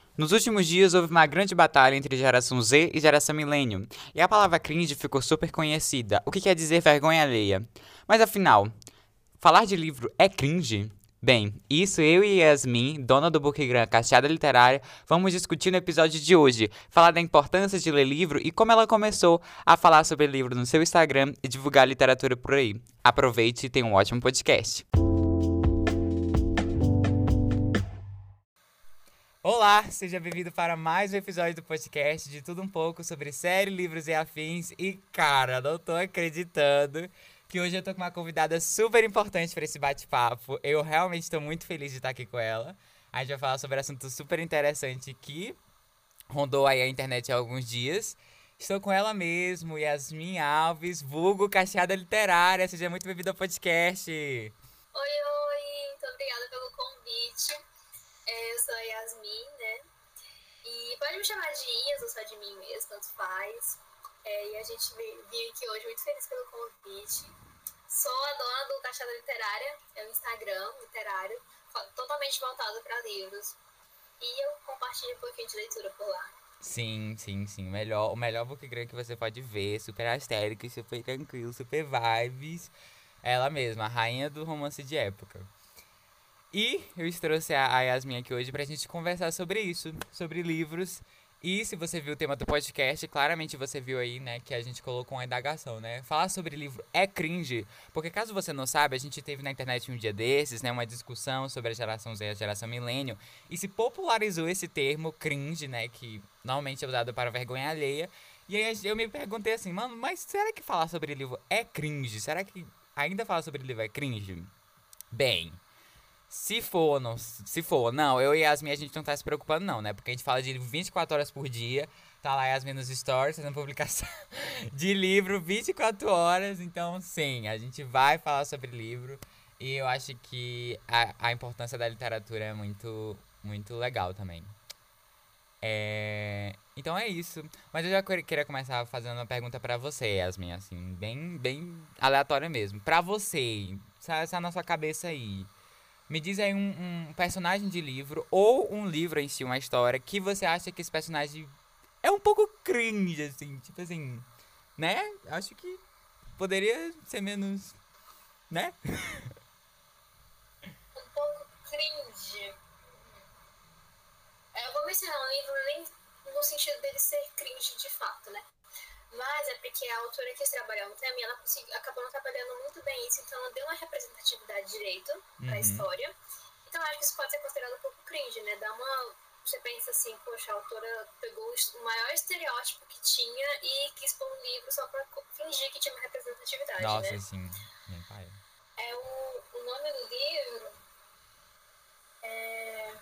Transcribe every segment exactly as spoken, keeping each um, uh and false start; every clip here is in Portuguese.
Nos últimos dias houve uma grande batalha entre geração Z e geração milênio, e a palavra cringe ficou super conhecida, o que quer dizer vergonha alheia. Mas afinal, falar de livro é cringe? Bem, isso eu e Yasmin, dona do Bookgram Cacheada Literária, vamos discutir no episódio de hoje, falar da importância de ler livro e como ela começou a falar sobre livro no seu Instagram e divulgar literatura por aí. Aproveite e tenha um ótimo podcast. Olá, seja bem-vindo para mais um episódio do podcast de tudo um pouco sobre série, livros e afins. E cara, não tô acreditando que hoje eu tô com uma convidada super importante para esse bate-papo. Eu realmente estou muito feliz de estar aqui com ela. A gente vai falar sobre um assunto super interessante que rondou aí a internet há alguns dias. Estou com ela mesmo, Yasmin Alves, vulgo Cacheada Literária. Seja muito bem-vinda ao podcast. Oi, oi, muito obrigada pelo convite. É, eu sou a Yasmin, né? E pode me chamar de Ias ou só de mim mesmo, tanto faz. É, e a gente veio aqui hoje muito feliz pelo convite. Sou a dona do Cacheada Literária, é um Instagram literário, totalmente voltado para livros. E eu compartilho um pouquinho de leitura por lá. Sim, sim, sim. Melhor, o melhor bookgram que você pode ver. Super astérico, super tranquilo, super vibes. Ela mesma, a rainha do romance de época. E eu trouxe a, a Yasmin aqui hoje pra gente conversar sobre isso, sobre livros. E se você viu o tema do podcast, claramente você viu aí, né, que a gente colocou uma indagação, né? Falar sobre livro é cringe, porque caso você não saiba, a gente teve na internet um dia desses, né, uma discussão sobre a geração Z e a geração milênio, e se popularizou esse termo cringe, né, que normalmente é usado para vergonha alheia. E aí eu me perguntei assim, mano, mas será que falar sobre livro é cringe? Será que ainda falar sobre livro é cringe? Bem, se for, não, se for, não, eu e Yasmin a gente não tá se preocupando não, né? Porque a gente fala de livro vinte e quatro horas por dia, tá lá Yasmin nos stories, fazendo publicação de livro vinte e quatro horas, então sim, a gente vai falar sobre livro e eu acho que a, a importância da literatura é muito, muito legal também. É... Então é isso, mas eu já queria começar fazendo uma pergunta pra você, Yasmin, assim, bem, bem aleatória mesmo. Pra você, essa na sua cabeça aí, me diz aí um, um personagem de livro ou um livro em si, uma história, que você acha que esse personagem é um pouco cringe, assim. Tipo assim, né? Acho que poderia ser menos, né? Um pouco cringe. É, eu vou mencionar um livro nem no sentido dele ser cringe de fato, né? Mas é porque a autora quis trabalhar um tema e ela conseguiu, acabou não trabalhando muito bem isso, então ela deu uma representatividade direito pra Uhum. história. Então acho que isso pode ser considerado um pouco cringe, né? Dá uma. Você pensa assim, poxa, a autora pegou o maior estereótipo que tinha e quis pôr um livro só pra fingir que tinha uma representatividade, Nossa, né? assim, nem pai. É o, o nome do livro é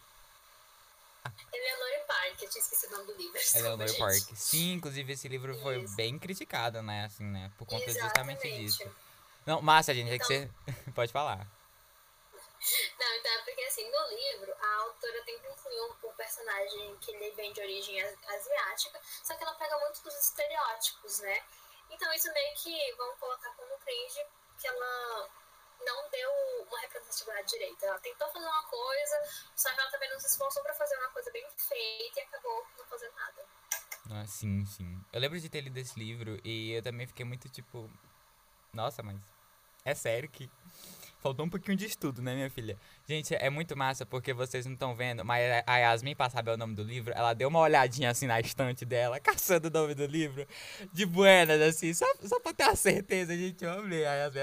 Eleanor Park, eu tinha esquecido o nome do livro, desculpa, Eleanor gente. Park. Sim, inclusive esse livro foi Isso, bem criticado, né? Assim, né? Por conta justamente exatamente. disso. Não, massa, gente, é que Então, você pode falar. não, então é porque assim, no livro, a autora tenta incluir um, um personagem que ele vem de origem asiática, só que ela pega muito dos estereótipos, né? Então isso meio que vamos colocar como cringe, que ela não deu uma representatividade direita. Ela tentou fazer uma coisa, só que ela também não se esforçou pra fazer uma coisa bem feita e acabou não fazendo nada. Ah, sim, sim. Eu lembro de ter lido esse livro e eu também fiquei muito tipo, nossa, mas é sério que faltou um pouquinho de estudo, né, minha filha? Gente, é muito massa porque vocês não estão vendo, mas a Yasmin, pra saber o nome do livro, ela deu uma olhadinha assim na estante dela, caçando o nome do livro, de buenas, assim, só, só pra ter a certeza, gente. Eu amei a Yasmin.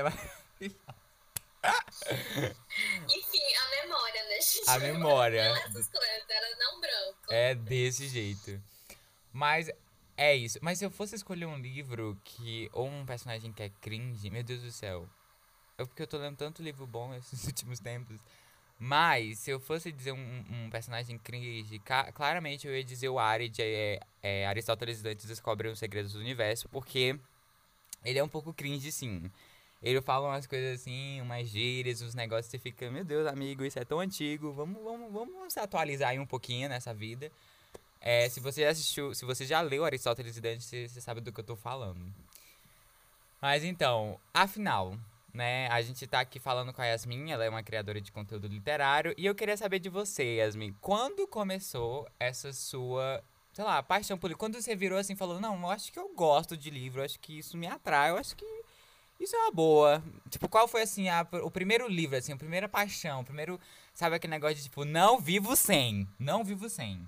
Enfim, a memória, né, A gente? Não memória essas coisas, era não branco. é desse jeito. Mas é isso. Mas se eu fosse escolher um livro que. Ou um personagem que é cringe, meu Deus do céu. É porque eu tô lendo tanto livro bom esses últimos tempos. Mas, se eu fosse dizer um, um personagem cringe, ca- claramente eu ia dizer o Ari de é, é, Aristóteles Dantes Descobre os Segredos do Universo, porque ele é um pouco cringe, sim. Ele fala umas coisas assim, umas gírias, uns negócios, você fica, meu Deus, amigo, isso é tão antigo, vamos, vamos, vamos se atualizar aí um pouquinho nessa vida. É, se você já assistiu, se você já leu Aristóteles e Dantes, você, você sabe do que eu tô falando. Mas então, afinal, né? A gente tá aqui falando com a Yasmin, ela é uma criadora de conteúdo literário. E eu queria saber de você, Yasmin, quando começou essa sua, sei lá, paixão por livro? Quando você virou assim e falou, não, eu acho que eu gosto de livro, eu acho que isso me atrai, eu acho que isso é uma boa. Tipo, qual foi, assim, a, o primeiro livro, assim, a primeira paixão, o primeiro, sabe aquele negócio de, tipo, não vivo sem, não vivo sem.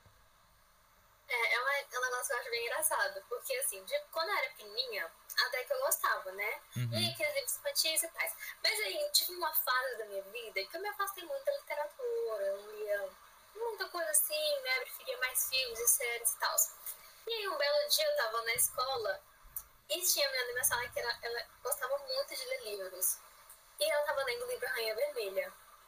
É, é, uma, é um negócio que eu acho bem engraçado, porque assim, de, quando eu era pequenininha, até que eu gostava, né? Lia Uhum. aqueles livros infantis e tais. Mas aí eu tive uma fase da minha vida que eu me afastei muito da literatura, eu não lia muita coisa assim, né? Eu preferia mais filmes e séries e tal. E aí um belo dia eu tava na escola e tinha a menina da minha sala que era, ela gostava muito de ler livros. E ela tava lendo o livro Rainha Vermelha.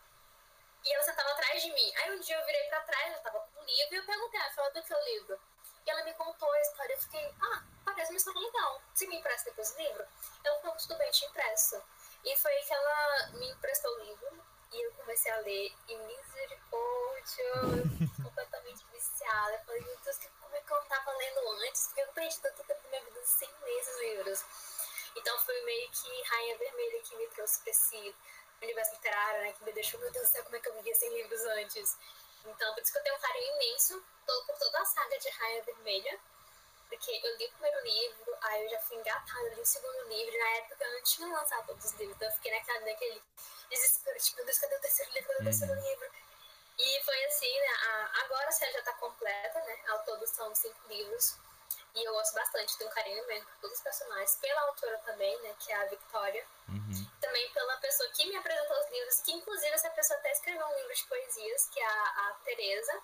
E ela sentava atrás de mim. Aí um dia eu virei pra trás, ela tava com o livro, e eu perguntei, ela falou, do que é o livro? E ela me contou a história, eu fiquei, ah, parece uma história legal. Você me empresta depois o livro? Ela falou, tudo bem, te empresto. E foi aí que ela me emprestou o livro, e eu comecei a ler, e misericórdia, eu fiquei completamente viciada. Eu falei, meu Deus, como é que eu não tava lendo antes? Porque eu perdi tanto tempo da minha vida sem ler esses livros. Então foi meio que Rainha Vermelha que me trouxe pra esse universo literário, né? Que me deixou, meu Deus do céu, como é que eu vivia sem livros antes? Então, por isso que eu tenho um carinho imenso todo, por toda a saga de Rainha Vermelha. Porque eu li o primeiro livro, aí eu já fui engatada, li o segundo livro, e na época eu não tinha lançado todos os livros, então eu fiquei naquela, naquele desespero, tipo, meu Deus, cadê o terceiro livro, cadê o terceiro Uhum. livro? E foi assim, né? A, agora a série já tá completa, né? Ao todo são cinco livros. E eu gosto bastante, tenho um carinho imenso por todos os personagens, pela autora também, né? Que é a Victoria. Uhum. Também pela pessoa que me apresentou os livros, que inclusive essa pessoa até escreveu um livro de poesias, que é a, a Tereza.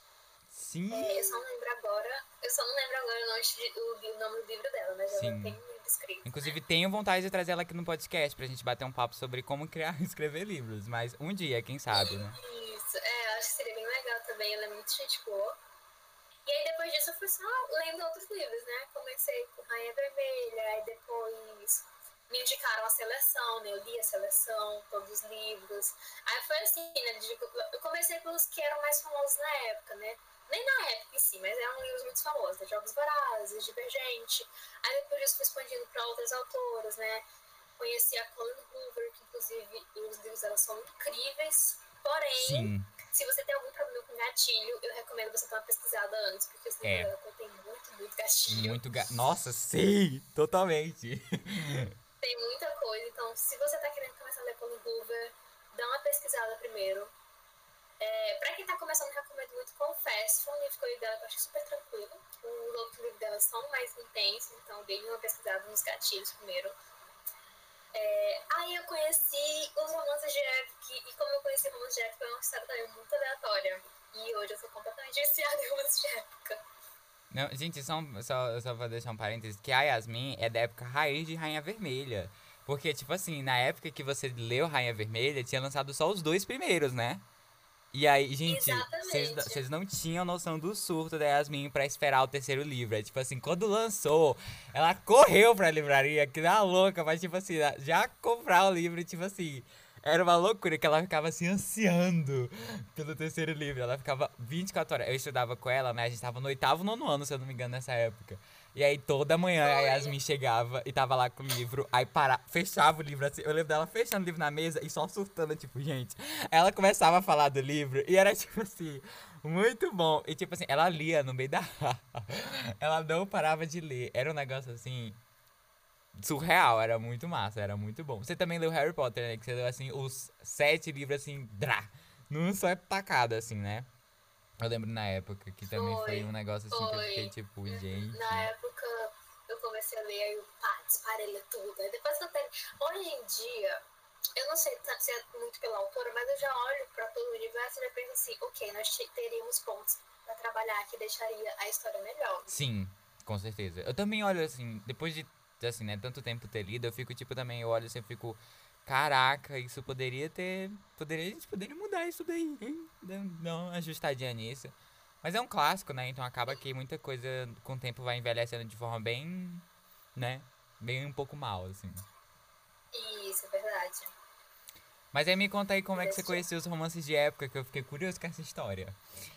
Sim, É, eu só não lembro agora, eu só não lembro agora o nome, de, o, o nome do livro dela, mas ela sim. tem um livro escrito, Inclusive, né? tenho vontade de trazer ela aqui no podcast pra gente bater um papo sobre como criar e escrever livros. Mas um dia, quem sabe, né? Isso, é, acho que seria bem legal também, ela é muito gente boa. E aí depois disso eu fui só lendo outros livros, né? Comecei com Rainha Vermelha, aí depois me indicaram a seleção, né? Eu li a seleção, todos os livros. Aí foi assim, né? Eu comecei pelos que eram mais famosos na época, né? Nem na época em si, mas eram livros muito famosos, né? Jogos Vorazes, Divergente. Aí depois disso fui expandindo para outras autoras, né? Conheci a Colleen Hoover, que inclusive os livros dela são incríveis. Porém, Sim, se você tem algum problema com gatilho, eu recomendo você dar uma pesquisada antes, porque os livros é. dela contêm muito, muito gatilho. Muito ga... Nossa, sim! Totalmente! Tem muita coisa, então se você tá querendo começar a ler Colleen Hoover, dá uma pesquisada primeiro. É, pra quem tá começando, eu recomendo muito Confesso. Foi um livro que eu li dela que eu achei super tranquilo. Os outros livros dela são mais intensos, então dei uma pesquisada nos gatilhos primeiro. É, aí eu conheci os romances de época, e como eu conheci romances de época, é uma história também muito aleatória. E hoje eu sou completamente viciada em romances de época. Não, gente, só, um- só, só pra deixar um parênteses, que a Yasmin é da época raiz de Rainha Vermelha. Porque, tipo assim, na época que você leu Rainha Vermelha, tinha lançado só os dois primeiros, né? E aí, gente, Exatamente. vocês não tinham noção do surto da Yasmin pra esperar o terceiro livro. É tipo assim, quando lançou, ela correu pra livraria, que da louca, mas tipo assim, já comprar o livro, tipo assim, era uma loucura que ela ficava assim, ansiando pelo terceiro livro. Ela ficava vinte e quatro horas. Eu estudava com ela, né? A gente tava no oitavo, nono ano, se eu não me engano, nessa época. E aí toda manhã a Foi. Yasmin chegava e tava lá com o livro, aí para, fechava o livro assim. Eu lembro dela fechando o livro na mesa e só surtando, tipo, gente. Ela começava a falar do livro e era tipo assim, muito bom. E tipo assim, ela lia no meio da. Ela não parava de ler. Era um negócio assim, surreal, era muito massa, era muito bom. Você também leu Harry Potter, né? Que você leu assim, os sete livros assim, drá, num só tacada, assim, né? Eu lembro na época que também foi um Foi. negócio assim que eu fiquei Foi. tipo, Uhum. Na gente. época eu comecei a ler, aí eu pá, disparei ler tudo. Aí depois que eu terminei. Hoje em dia, eu não sei se é muito pela autora, mas eu já olho pra todo o universo e já penso assim, ok, nós teríamos pontos pra trabalhar que deixaria a história melhor. Sim, com certeza. Eu também olho assim, depois de, assim, né, tanto tempo ter lido, eu fico, tipo, também, eu olho assim, eu fico, caraca, isso poderia ter, poderia, a gente poderia mudar isso daí, hein? Dar dar uma ajustadinha nisso. Mas é um clássico, né, então acaba que muita coisa com o tempo vai envelhecendo de forma bem, né, bem um pouco mal, assim. Isso, é verdade. Mas aí me conta aí como é que você Deixa. conheceu os romances de época, que eu fiquei curioso com essa história.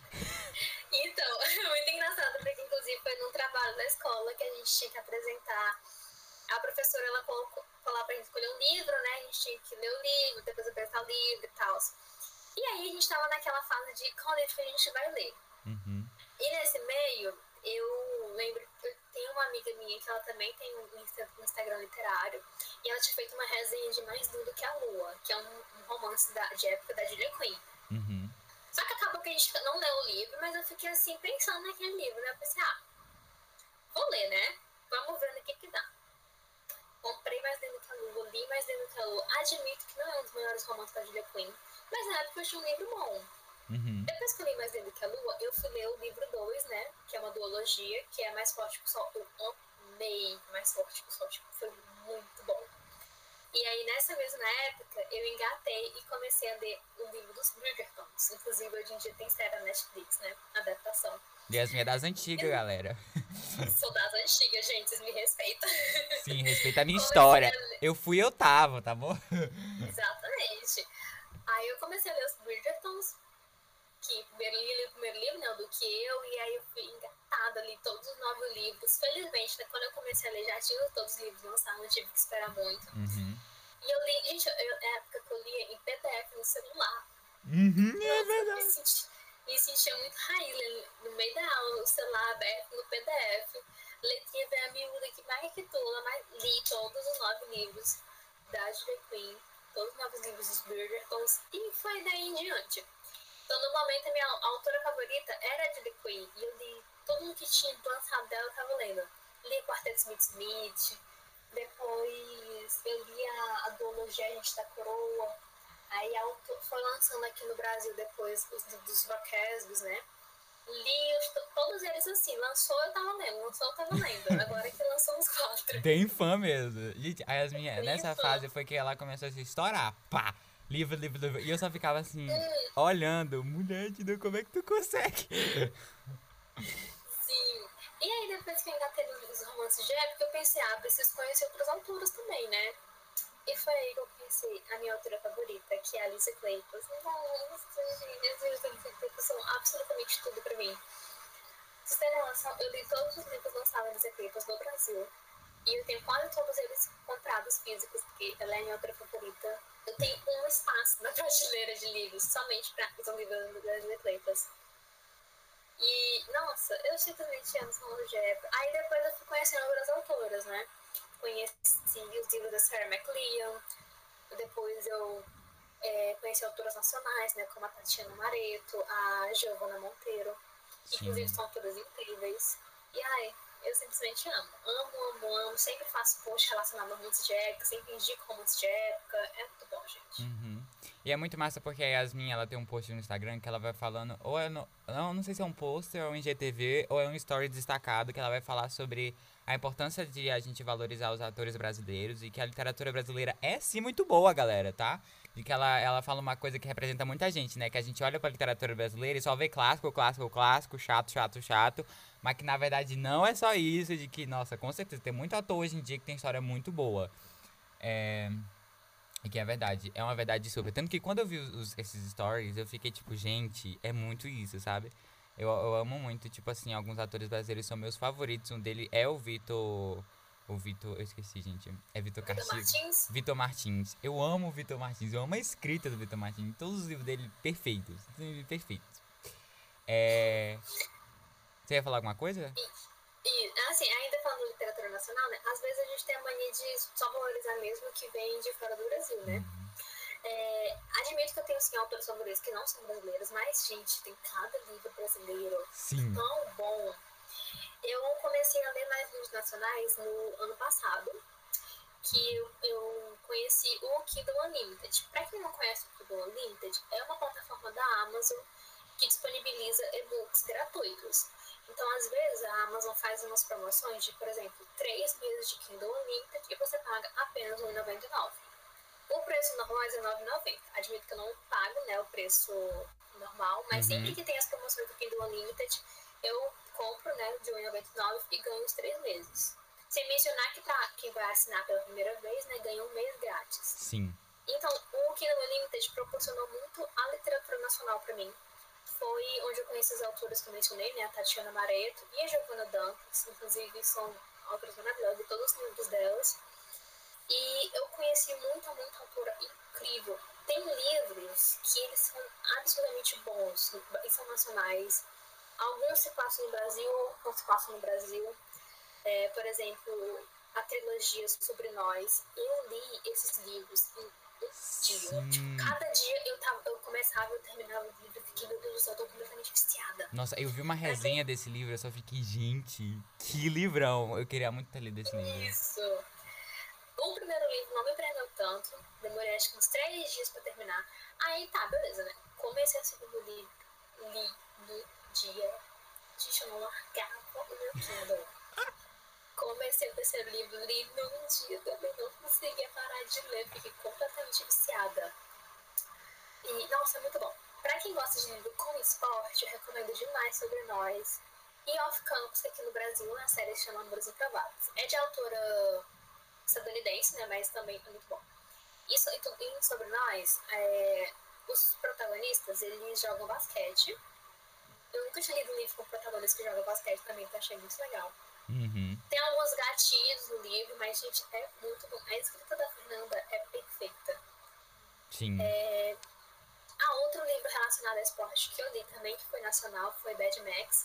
Então, é muito engraçado, porque inclusive foi num trabalho da escola que a gente tinha que apresentar. A professora ela colocou, época lá pra gente escolher um livro, né? A gente tinha que ler o livro, depois apresentar o livro e tal. E aí a gente tava naquela fase de qual livro que a gente vai ler. Uhum. E nesse meio, eu lembro, eu tenho uma amiga minha que ela também tem um Instagram literário, e ela tinha feito uma resenha de Mais Lindo que a Lua, que é um, um romance da, de época da Julia Quinn. Uhum. Só que acabou que a gente não leu o livro, mas eu fiquei assim, pensando naquele livro, né? Eu pensei, ah, vou ler, né? Vamos ver no que que dá. Comprei Mais Lindo que a Lua, li Mais Lindo que a Lua. Admito que não é um dos melhores romances da Julia Quinn, mas na época eu achei um livro bom. Uhum. Depois que eu li Mais Lindo que a Lua, eu fui ler o livro dois, né? Que é uma duologia, que é Mais Forte que o Sol. Eu amei Mais Forte que o Sol, tipo, foi muito bom. E aí, nessa mesma época, eu engatei e comecei a ler o livro dos Bridgertons. Inclusive, hoje em dia tem série na Netflix, né? Adaptação. E as minhas das antigas, Eu galera. sou das antigas, gente, vocês me respeitam. Sim, respeita a minha Comecei história. a ler. Eu fui eu tava, tá bom? Exatamente. Aí eu comecei a ler os Bridgertons, que primeiro li o primeiro livro, né, do que eu, e aí eu fui engatada, li todos os nove livros. Felizmente, né, quando eu comecei a ler, já tinha todos os livros lançados, não tive que esperar muito. Uhum. E eu li, gente, eu, na época que eu lia em P D F no celular. Uhum, é Nossa, eu me, verdade. senti, me sentia muito raiz, né, no meio da aula, o celular aberto no P D F. Letrinha bem miúda que mais que toda, mas li todos os nove livros da Julia Quinn, todos os nove livros dos Bridgertons, e foi daí em diante. Então, no momento, a minha autora favorita era a Julia Quinn, e eu li tudo o que tinha lançado dela, eu tava lendo. Li Quarteto Smith Smith, depois eu li a, a duologia A Gente da Coroa, aí a autor, foi lançando aqui no Brasil depois os dos Roquesbos, né? Li os, todos eles assim, lançou eu tava lendo, lançou eu tava lendo, agora que lançou uns quatro. Bem fã mesmo. Gente, a Yasmin, Bem nessa fã. fase foi que ela começou a se estourar. Pá! Livro, livro, livro. E eu só ficava assim, Hum. olhando. Mulher, Tida, como é que tu consegue? Sim. E aí, depois que eu engatei nos romances de época, eu pensei, ah, preciso conhecer outras autoras também, né? E foi aí que eu conheci a minha autora favorita, que é a Alice Kleypas. Nossa, gente, as livros da Alice Kleypas são absolutamente tudo pra mim. Vocês terem noção, eu li todos os livros lançados da Alice Kleypas no Brasil. E eu tenho quase todos eles comprados físicos, porque ela é a minha autora favorita. Eu tenho um espaço na prateleira de livros somente para os livros da Alice Kleypas. E, nossa, eu simplesmente amo essa romances de época. Aí depois eu fui conhecendo outras autoras, né? Conheci os livros da Sarah McLean, depois eu é, conheci autoras nacionais, né? Como a Tatiana Mareto, a Giovana Monteiro. Inclusive Sim. são autoras incríveis. E ai, eu simplesmente amo. Amo, amo, amo. Sempre faço post relacionado a romances de época, sempre indico romances de época. É muito bom, gente. Uhum. E é muito massa porque a Yasmin, ela tem um post no Instagram que ela vai falando, ou é no, não, não sei se é um poster ou um I G T V, ou é um story destacado que ela vai falar sobre a importância de a gente valorizar os atores brasileiros e que a literatura brasileira é sim muito boa, galera, tá? E que ela, ela fala uma coisa que representa muita gente, né? Que a gente olha pra literatura brasileira e só vê clássico, clássico, clássico, chato, chato, chato, mas que na verdade não é só isso, de que, nossa, com certeza tem muito ator hoje em dia que tem história muito boa. É... E que é verdade, é uma verdade super. Tanto que quando eu vi os, esses stories, eu fiquei tipo, gente, é muito isso, sabe? Eu, eu amo muito, tipo assim, alguns atores brasileiros são meus favoritos. Um dele é o Vitor. O Vitor, eu esqueci, gente. É Vitor Vitor Castilho. Martins. Vitor Martins. Eu amo o Vitor Martins. Eu amo a escrita do Vitor Martins. Todos os livros dele perfeitos. Perfeitos. É. Você ia falar alguma coisa? E, assim, ainda falando de literatura nacional, né? Às vezes a gente tem a mania de só valorizar mesmo o que vem de fora do Brasil, né? Uhum. É, admito que eu tenho, sim, autores favoritos que não são brasileiros, mas, gente, tem cada livro brasileiro Sim. tão bom. Eu comecei a ler mais livros nacionais no ano passado, que eu, eu conheci o Kindle Unlimited. Pra quem não conhece o Kindle Unlimited, é uma plataforma da Amazon que disponibiliza e-books gratuitos. Então, às vezes, a Amazon faz umas promoções de, por exemplo, três meses de Kindle Unlimited e você paga apenas um real e noventa e nove centavos. O preço normal é dezenove reais e noventa centavos. Admito que eu não pago, né, o preço normal, mas Uhum. sempre que tem as promoções do Kindle Unlimited, eu compro, né, de um real e noventa e nove centavos e ganho os três meses. Sem mencionar que pra quem vai assinar pela primeira vez, né, ganha um mês grátis. Sim. Então, o Kindle Unlimited proporcionou muito a literatura nacional para mim. Foi onde eu conheci as autoras que eu mencionei, né, a Tatiana Mareto e a Giovana Dantas, inclusive são autoras maravilhosas, de todos os livros delas. E eu conheci muita, muita autora incrível. Tem livros que eles são absolutamente bons e são nacionais. Alguns se passam no Brasil, outros se passam no Brasil. É, por exemplo, a trilogia Sobre Nós. Eu li esses livros em um dia. Tipo, Sim. cada dia eu, tava, eu começava e eu terminava o livro. Eu fiquei, meu Deus do céu, eu tô completamente viciada. Nossa, eu vi uma Pra resenha quem... desse livro, eu só fiquei, gente, que livrão. Eu queria muito ter lido esse livro. Isso. O primeiro livro não me prendeu tanto. Demorei acho que uns três dias pra terminar. Aí tá, beleza, né? Comecei o segundo livro. Li no dia. Gente, eu não largava o meu Kindle. Comecei o terceiro livro, li num dia também. Não conseguia parar de ler. Fiquei completamente viciada. E, nossa, é muito bom. Pra quem gosta de livro com esporte, eu recomendo demais Sobre Nós. E Off Campus, aqui no Brasil, uma série que chama Amores Improváveis. É de autora estadunidense, né? Mas também é muito bom. Isso, e Sobre Nós, é, os protagonistas, eles jogam basquete. Eu nunca tinha lido um livro com protagonistas que jogam basquete também, então achei muito legal. Uhum. Tem alguns gatilhos no livro, mas, gente, é muito bom. A escrita da Fernanda é perfeita. Sim. É... Ah, outro livro relacionado a esporte que eu li também, que foi nacional, foi Mad Max.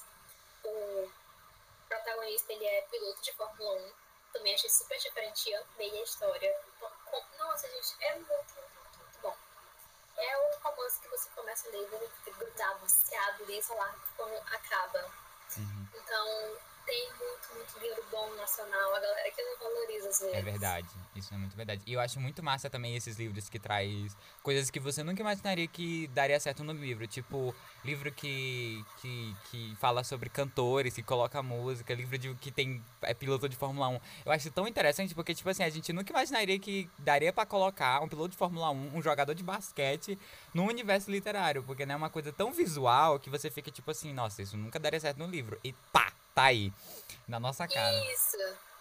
O protagonista, ele é piloto de Fórmula um. Também achei super diferente e amei a história. Nossa, gente, é muito, muito, muito, muito bom. É outro romance que você começa a ler, você fica grudado, viciado, e sei lá, quando acaba. Uhum. Então, tem muito, muito livro bom nacional, a galera que não valoriza às vezes. É verdade, isso é muito verdade. E eu acho muito massa também esses livros que traz coisas que você nunca imaginaria que daria certo no livro. Tipo, livro que, que, que fala sobre cantores, que coloca música, livro de, que tem é piloto de Fórmula um. Eu acho tão interessante porque, tipo assim, a gente nunca imaginaria que daria pra colocar um piloto de Fórmula um, um jogador de basquete no universo literário. Porque não é uma coisa tão visual que você fica tipo assim, nossa, isso nunca daria certo no livro. E pá, tá aí, na nossa cara. Isso!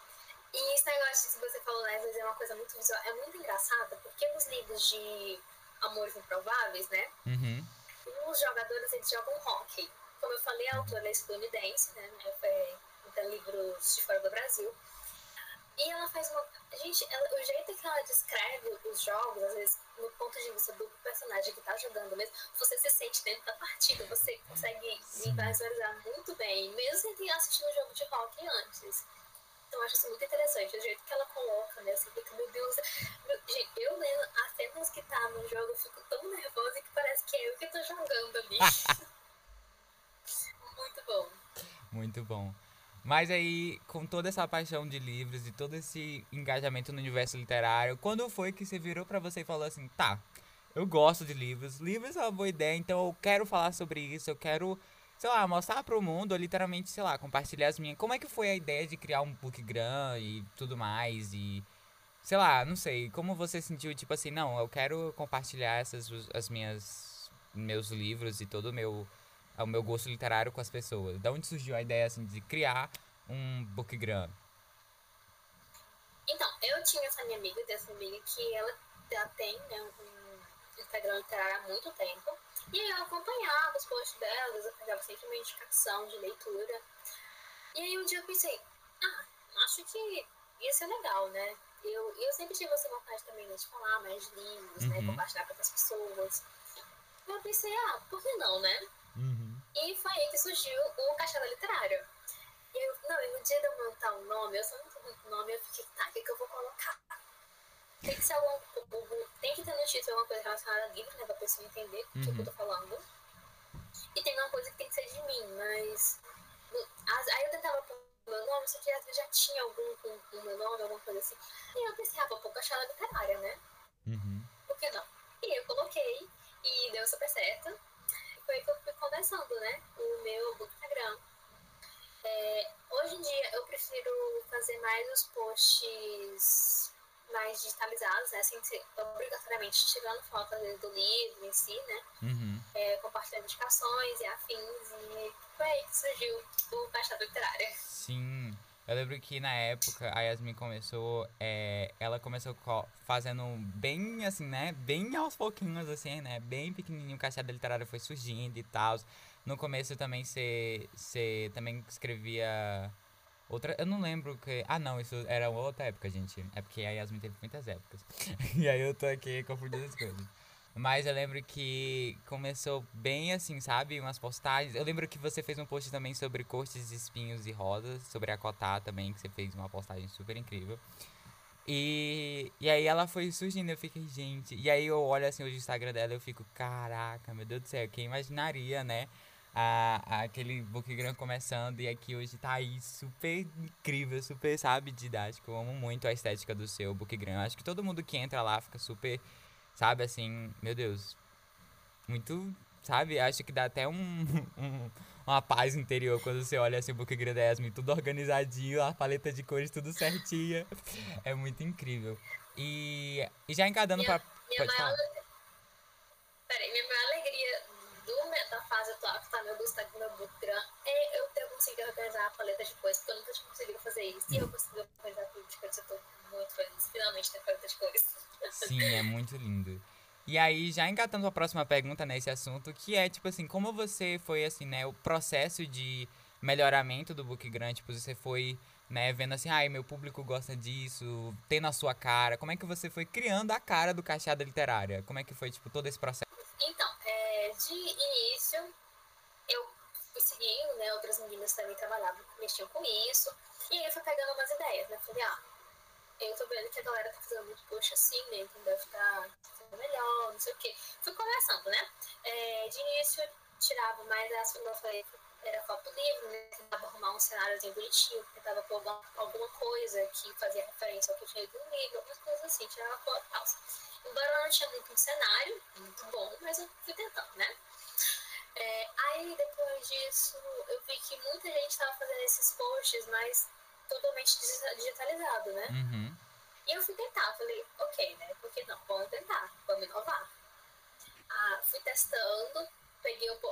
E esse negócio que você falou, né, às vezes é uma coisa muito visual, é muito engraçada, porque nos livros de Amores Improváveis, né, Uhum. os jogadores, eles jogam hockey. Como eu falei, a autora é estadunidense, né, foi tem livros de fora do Brasil. E ela faz uma... Gente, ela, o jeito que ela descreve os jogos, às vezes, no ponto de vista do personagem que tá jogando mesmo, você se sente dentro da partida, você consegue visualizar muito bem, mesmo sem ter assistido um jogo de hockey antes. Então eu acho isso muito interessante, o jeito que ela coloca, né? Você fica, meu Deus, meu, gente, eu lendo as cenas que tá no jogo, eu fico tão nervosa que parece que é eu que tô jogando ali. Muito bom. Muito bom. Mas aí, com toda essa paixão de livros e todo esse engajamento no universo literário, quando foi que você virou pra você e falou assim, tá, eu gosto de livros, livros é uma boa ideia, então eu quero falar sobre isso, eu quero, sei lá, mostrar pro mundo, ou literalmente, sei lá, compartilhar as minhas... Como é que foi a ideia de criar um bookgram e tudo mais e... Sei lá, não sei, como você sentiu, tipo assim, não, eu quero compartilhar essas, as minhas, meus livros e todo o meu, o meu gosto literário com as pessoas. Da onde surgiu a ideia, assim, de criar um bookgram? Então, eu tinha essa minha amiga, dessa amiga, que ela já tem, né, um Instagram literário há muito tempo. E aí eu acompanhava os posts dela, eu pegava sempre uma indicação de leitura. E aí um dia eu pensei, ah, acho que ia ser legal, né? Eu, eu sempre tive essa vontade também, né, de falar mais de livros, né, Uhum, compartilhar com outras pessoas. Eu pensei, ah, por que não, né? uhum. E foi aí que surgiu o Caixada Literária. E eu, não, e no dia de eu montar um nome, eu sou muito ruim com o nome, eu fiquei, tá, o que, que eu vou colocar? Tem que ser algum, tem que ter no título alguma coisa relacionada a livro, né, pra pessoa entender o que, que eu tô falando. E tem uma coisa que tem que ser de mim, mas... Aí eu tentava pôr meu nome, só que às vezes já tinha algum com o meu nome, alguma coisa assim. E eu pensei, ah, vou pôr Caixada Literária, né? Uhum. Por que não? E eu coloquei, e deu super certo. E foi aí que eu fui começando, né? O meu Instagram. É, hoje em dia eu prefiro fazer mais os posts mais digitalizados, né? Sem ser obrigatoriamente tirando foto do livro em si, né? Uhum. É, compartilhando indicações e afins. E foi aí que surgiu o Caixada Literária. Sim, eu lembro que na época a Yasmin começou, é, ela começou co- fazendo bem assim, né, bem aos pouquinhos assim, né, bem pequenininho, o Caixada Literária foi surgindo e tal. No começo também você, você também escrevia Outra, eu não lembro que... Ah, não, isso era outra época, gente. É porque a Yasmin teve muitas épocas. E aí eu tô aqui confundindo as coisas. Mas eu lembro que começou bem assim, sabe? Umas postagens. Eu lembro que você fez um post também sobre cortes, espinhos e rosas. Sobre a Cotá também, que você fez uma postagem super incrível. E, e aí ela foi surgindo, eu fiquei, gente. E aí eu olho assim hoje o Instagram dela e eu fico, caraca, meu Deus do céu, quem imaginaria, né? A, a- aquele Bookgram começando e aqui hoje tá aí super incrível, super, sabe, didático. Eu amo muito a estética do seu Bookgram. Acho que todo mundo que entra lá fica super, sabe, assim, meu Deus, muito, sabe? Acho que dá até um, um- uma paz interior quando você olha assim o Book Grand Yasmin, tudo organizadinho, a paleta de cores tudo certinha. É muito incrível. E, e já engadando Minha, pra. minha Pode maior, falar. peraí, minha maior alegria do, me- da fase atual que tá meu Gusta com meu Bookgram é eu ter conseguido organizar a paleta de cores, porque eu nunca tinha conseguido fazer isso. E eu consegui organizar tudo de cores, eu tô muito feliz. Finalmente ter paleta de cores. Sim, é muito lindo. E aí, já engatando a próxima pergunta nesse assunto, que é, tipo assim, como você foi, assim, né, o processo de melhoramento do Book Grant, tipo, você foi, né, vendo assim, ai, meu público gosta disso, tendo a sua cara, como é que você foi criando a cara do Cacheada Literária? Como é que foi, tipo, todo esse processo? Então, é, de início, eu fui seguindo, né? Outras meninas também trabalhavam, mexiam com isso. E aí eu fui pegando umas ideias, né? Falei, ah, eu tô vendo que a galera tá fazendo muito post assim, né? Então deve estar fazendo melhor, não sei o quê. Fui conversando, né? É, de início, eu tirava mais as, como eu falei, era foto livre, né? Tentava arrumar um cenáriozinho bonitinho, tentava pôr alguma, alguma coisa que fazia referência ao que eu tinha lido no livro, algumas coisas assim, tirava foto e tal. Embora eu não tinha muito um cenário, muito bom, mas eu fui tentando, né? É, aí depois disso eu vi que muita gente estava fazendo esses posts, mas totalmente digitalizado, né? Uhum. E eu fui tentar, falei, ok, né? Por que não? Vamos tentar, vamos inovar. Ah, fui testando, peguei o.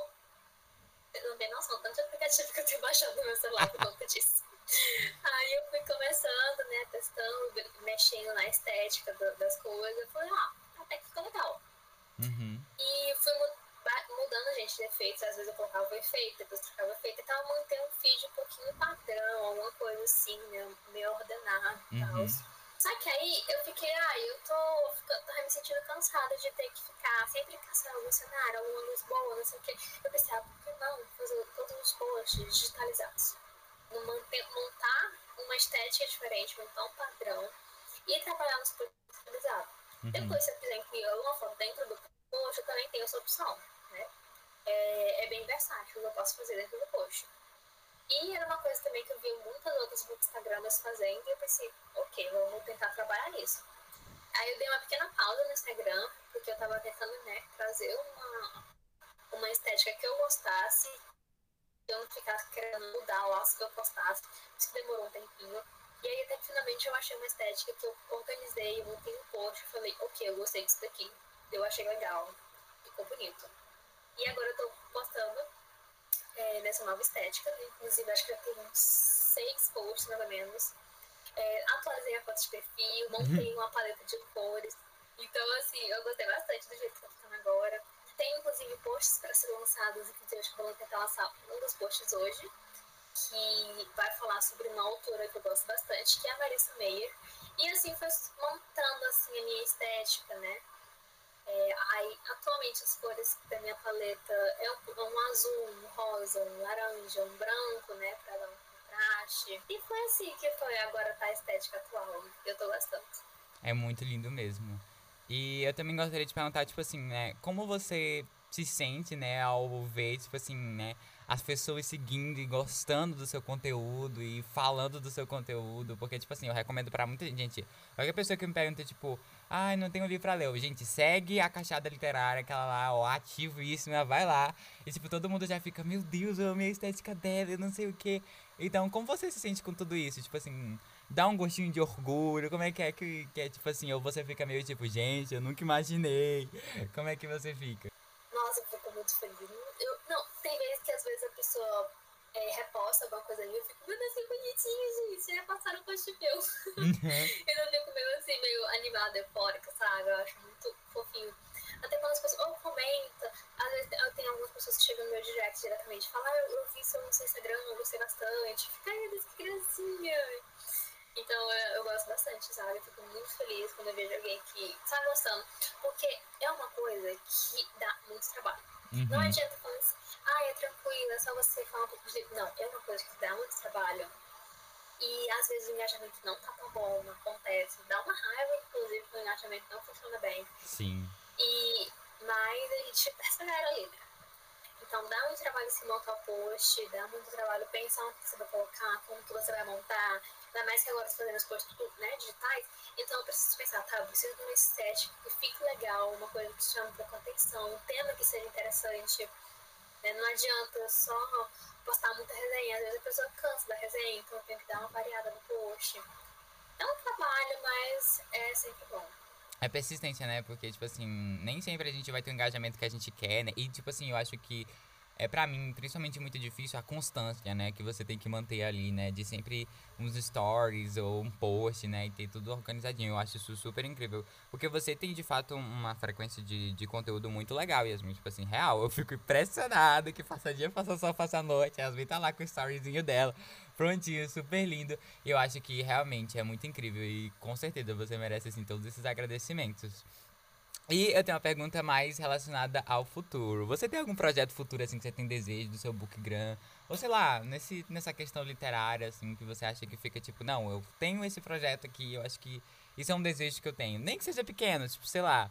Eu não tenho noção, tanto aplicativo que eu tenho baixado no meu celular por conta disso. Aí eu fui começando, né? Testando, mexendo na estética das coisas. Eu falei, ah, até que ficou legal. Uhum. E fui mudando, gente, de efeitos. Às vezes eu colocava o efeito, depois trocava o efeito. E tava mantendo um feed um pouquinho padrão, alguma coisa assim, né? Meio ordenado e tal. Uhum. Só que aí eu fiquei, ah, eu tô, tô me sentindo cansada de ter que ficar sempre caçando algum cenário, alguma luz boa, não sei o quê. Eu pensei, ah, por que não fazer todos os posts digitalizados? Manter, montar uma estética diferente, montar um padrão e trabalhar nos posts digitalizados. Uhum. Depois, se eu quiser incluir alguma foto dentro do post, eu também tenho essa opção, né? É, é bem versátil, eu posso fazer dentro do post. E era uma coisa também que eu vi muitas outras Instagramers fazendo e eu pensei, ok, vamos tentar trabalhar nisso. Aí eu dei uma pequena pausa no Instagram, porque eu tava tentando, né, trazer uma, uma estética que eu gostasse, que eu não ficasse querendo mudar lá as que eu postasse. Isso demorou um tempinho. E aí até que finalmente eu achei uma estética que eu organizei, eu montei um post e falei, ok, eu gostei disso daqui. Eu achei legal, ficou bonito. E agora eu tô postando é, nessa nova estética, né? Inclusive acho que já tem uns seis posts mais ou menos. É, atualizei a foto de perfil, montei uma paleta de cores. Então, assim, eu gostei bastante do jeito que tá ficando agora. Tem, inclusive, posts para ser lançados, inclusive, acho que vou tentar lançar um dos posts hoje, que vai falar sobre uma autora que eu gosto bastante, que é a Marissa Meyer. E, assim, foi montando, assim, a minha estética, né? É, aí, atualmente, as cores da minha paleta é um, um azul, um rosa, um laranja, um branco, né? Pra dar um contraste. E foi assim que foi agora tá a estética atual. Eu tô gostando. É muito lindo mesmo. E eu também gostaria de perguntar, tipo assim, né, como você se sente, né, ao ver, tipo assim, né, as pessoas seguindo e gostando do seu conteúdo e falando do seu conteúdo, porque, tipo assim, eu recomendo pra muita gente, qualquer pessoa que me pergunta, tipo, ai, não tenho livro pra ler, eu, gente, segue a Cacheada Literária, aquela lá, ó, ativíssima, vai lá, e, tipo, todo mundo já fica, meu Deus, eu amei a estética dela, eu não sei o quê. Então, como você se sente com tudo isso? Tipo assim, dá um gostinho de orgulho? Como é que é que, que é, tipo assim, ou você fica meio tipo, gente, eu nunca imaginei. Como é que você fica? Nossa, eu fico muito feliz. Eu, não, tem vezes que às vezes a pessoa é, reposta alguma coisa ali, eu fico, meu Deus, que bonitinho, gente. Já passaram o post meu. Uhum. Eu fico meio assim, meio animada, eufórica, sabe? Eu acho muito fofinho. Até quando as pessoas ou comenta, às vezes eu tenho algumas pessoas que chegam no meu direct diretamente e falam, ah, eu, eu vi seu no seu Instagram, eu gostei bastante. Fica aí, Deus, que gracinha. Então eu, eu gosto bastante, sabe? Eu fico muito feliz quando eu vejo alguém que tá gostando. Porque é uma coisa que dá muito trabalho. Uhum. Não adianta falar assim, ah, é tranquilo, é só você falar um pouco de... Não, é uma coisa que dá muito trabalho. E às vezes o engajamento não tá tão bom, não acontece. Dá uma raiva, inclusive, quando o engajamento não funciona bem. Sim. E, mas a gente persevera ali, né? Então dá muito trabalho se montar o post, dá muito trabalho pensar o que você vai colocar, como que você vai montar. Ainda mais que agora você fazendo os posts, né, digitais. Então eu preciso pensar, tá, eu preciso de uma estética que fique legal, uma coisa que chame um pouco a atenção, um tema que seja interessante. Né? Não adianta só postar muita resenha, às vezes a pessoa cansa da resenha, então eu tenho que dar uma variada no post. É um trabalho, mas é sempre bom. É persistência, né? Porque, tipo assim, nem sempre a gente vai ter o engajamento que a gente quer, né? E, tipo assim, eu acho que é pra mim, principalmente muito difícil a constância, né? Que você tem que manter ali, né? De sempre uns stories ou um post, né? E ter tudo organizadinho. Eu acho isso super incrível. Porque você tem, de fato, uma frequência de, de conteúdo muito legal, Yasmin. Tipo assim, real. Eu fico impressionado que faça dia, faça sol, faça noite. A Yasmin tá lá com o storyzinho dela. Prontinho, super lindo. E eu acho que realmente é muito incrível. E com certeza você merece, assim, todos esses agradecimentos. E eu tenho uma pergunta mais relacionada ao futuro. Você tem algum projeto futuro, assim, que você tem desejo do seu Bookgram? Ou sei lá, nesse, nessa questão literária, assim, que você acha que fica tipo, não, eu tenho esse projeto aqui, eu acho que isso é um desejo que eu tenho. Nem que seja pequeno, tipo, sei lá,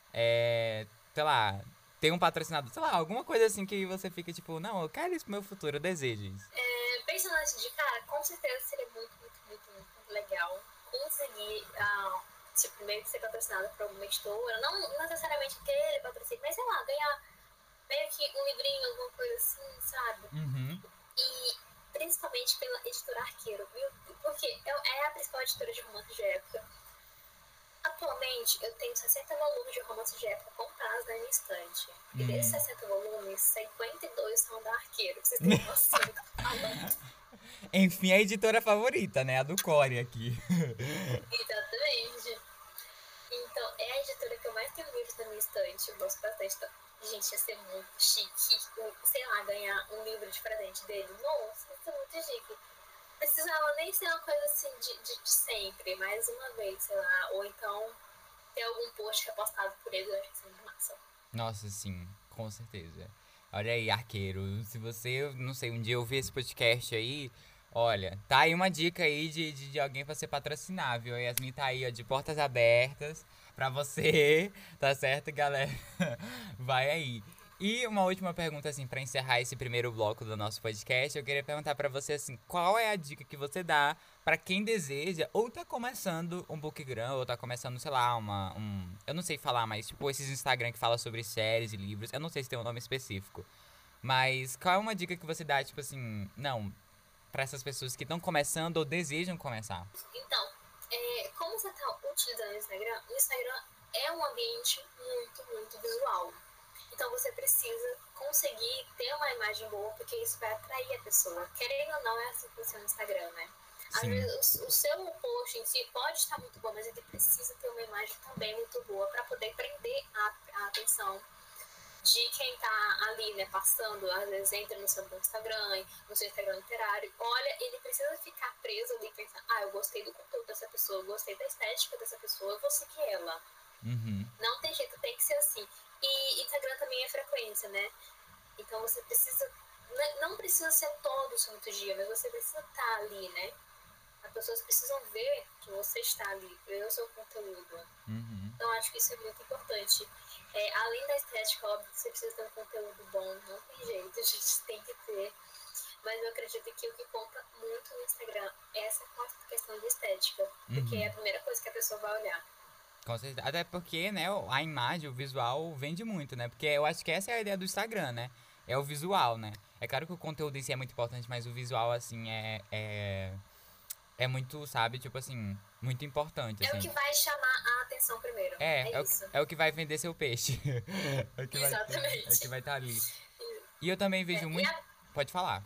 é, sei lá, tem um patrocinador, sei lá, alguma coisa assim que você fica tipo, não, eu quero isso pro meu futuro, eu desejo isso. É, pensando assim de cara, com certeza seria muito, muito, muito, muito legal conseguir, ah, tipo, meio que ser patrocinado por alguma editora, não necessariamente aquele patrocínio, mas sei lá, ganhar meio que um livrinho, alguma coisa assim, sabe? Uhum. E principalmente pela editora Arqueiro, viu? Porque é a principal editora de romance de época. Atualmente, eu tenho sessenta volumes de romance de época comprados na minha estante. E desses Hum. sessenta volumes, cinquenta e dois são da Arqueiro, pra vocês terem noção do que eu tô falando. Enfim, a editora favorita, né? A do Core aqui. Exatamente. Então, é a editora que eu mais tenho livros na minha estante. Eu gosto bastante. Então, gente, ia ser muito chique, sei lá, ganhar um livro de presente dele. Nossa, isso é muito chique. Precisava nem ser uma coisa assim de, de, de sempre, mais uma vez, sei lá. Ou então ter algum post repostado por ele, eu acho que isso é muito massa. Nossa, sim, com certeza. Olha aí, arqueiro, se você, não sei, um dia ouvir esse podcast aí, olha, tá aí uma dica aí de, de, de alguém pra ser patrocinável. A Yasmin tá aí, ó, de portas abertas pra você, tá certo, galera? Vai aí. E uma última pergunta, assim, pra encerrar esse primeiro bloco do nosso podcast, eu queria perguntar pra você, assim, qual é a dica que você dá pra quem deseja ou tá começando um bookgram, ou tá começando, sei lá, uma, um... Eu não sei falar, mas, tipo, esses Instagram que fala sobre séries e livros, eu não sei se tem um nome específico. Mas qual é uma dica que você dá, tipo assim, não, pra essas pessoas que estão começando ou desejam começar? Então, é, como você está utilizando o Instagram, o Instagram é um ambiente muito, muito visual. Então você precisa conseguir ter uma imagem boa, porque isso vai atrair a pessoa. Querendo ou não, é assim que funciona o Instagram, né? Às Sim. vezes o, o seu post em si pode estar muito bom, mas ele precisa ter uma imagem também muito boa para poder prender a, a atenção de quem tá ali, né, passando, às vezes entra no seu Instagram, no seu Instagram literário, olha, ele precisa ficar preso ali e pensar, ah, eu gostei do conteúdo dessa pessoa, eu gostei da estética dessa pessoa, eu vou seguir ela. Uhum. Não tem jeito, tem que ser assim. E Instagram também é frequência, né? Então você precisa, não precisa ser todo o santo dia, mas você precisa estar ali, né? As pessoas precisam ver que você está ali, ver o seu conteúdo. Uhum. Então acho que isso é muito importante. É, além da estética, óbvio que você precisa ter um conteúdo bom, não tem jeito, a gente tem que ter. Mas eu acredito que o que conta muito no Instagram é essa questão de estética, porque Uhum. é a primeira coisa que a pessoa vai olhar. Com certeza. Até porque, né, a imagem, o visual vende muito, né? Porque eu acho que essa é a ideia do Instagram, né? É o visual, né? É claro que o conteúdo em si é muito importante, mas o visual, assim, é. É, é muito, sabe, tipo assim, muito importante, É o assim. que vai chamar a atenção primeiro, É, é é o, que- isso. é o que vai vender seu peixe. é o que vai ter, é o que Exatamente. vai estar ali. E eu também vejo É, e, muito. a, Pode falar.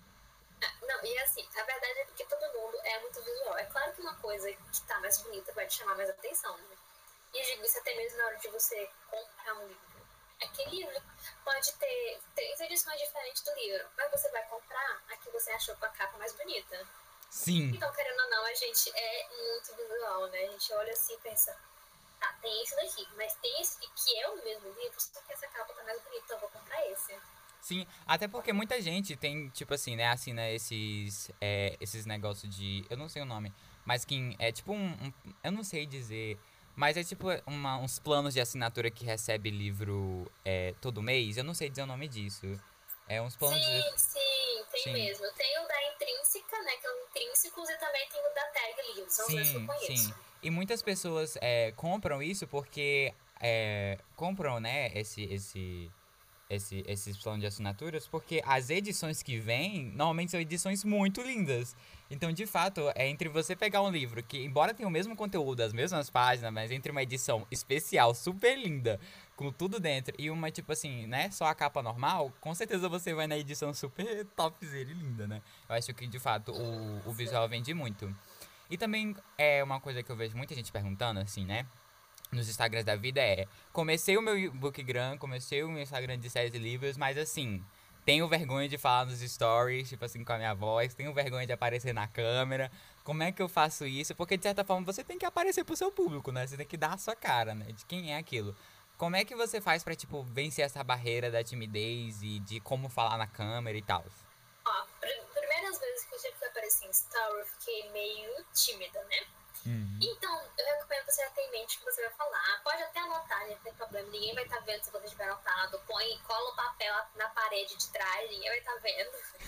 não, e assim, a verdade é porque todo mundo é muito visual. É claro que uma coisa que tá mais bonita vai te chamar mais atenção, né? E eu digo isso até mesmo na hora de você comprar um livro. Aquele livro pode ter três edições diferentes do livro, mas você vai comprar a que você achou com a capa mais bonita. Sim. Então, querendo ou não, a gente é muito visual, né? A gente olha assim e pensa, tá, tem esse daqui, mas tem esse aqui que é o mesmo livro, só que essa capa tá mais bonita, então eu vou comprar esse. Sim, até porque muita gente tem, tipo assim, né, assina esses, é, esses negócios de, eu não sei o nome, mas que é tipo um, um- eu não sei dizer, mas é tipo uma- uns planos de assinatura que recebe livro é, todo mês, eu não sei dizer o nome disso. É uns planos de, Sim, sim, tem sim, mesmo. Tem o da Intrínseca, né, que é o Intrínsecos, e também tem o da Tag Livros, são os dois que eu sim, sim. conheço. E muitas pessoas é, compram isso porque é, compram, né, esse, esse, esse, esses planos de assinaturas, porque as edições que vêm, normalmente são edições muito lindas. Então, de fato, é entre você pegar um livro que, embora tenha o mesmo conteúdo, as mesmas páginas, mas entre uma edição especial, super linda, com tudo dentro, e uma, tipo assim, né, só a capa normal, com certeza você vai na edição super topzera e linda, né? Eu acho que, de fato, o, o Isso. visual vende muito. E também é uma coisa que eu vejo muita gente perguntando, assim, né? Nos Instagrams da vida é: comecei o meu Bookgram, comecei o meu Instagram de séries e livros, mas assim, tenho vergonha de falar nos stories, tipo assim, com a minha voz, tenho vergonha de aparecer na câmera. Como é que eu faço isso? Porque de certa forma você tem que aparecer pro seu público, né? Você tem que dar a sua cara, né? De quem é aquilo. Como é que você faz pra, tipo, vencer essa barreira da timidez e de como falar na câmera e tal? Ó, pr primeiras vezes que eu tive que aparecer em Story, eu fiquei meio tímida, né? Uhum. Então, eu recomendo você ter em mente o que você vai falar. Pode até anotar, não tem problema. Ninguém vai estar tá vendo se você tiver anotado. Põe, cola o papel na parede de trás, ninguém vai estar tá vendo.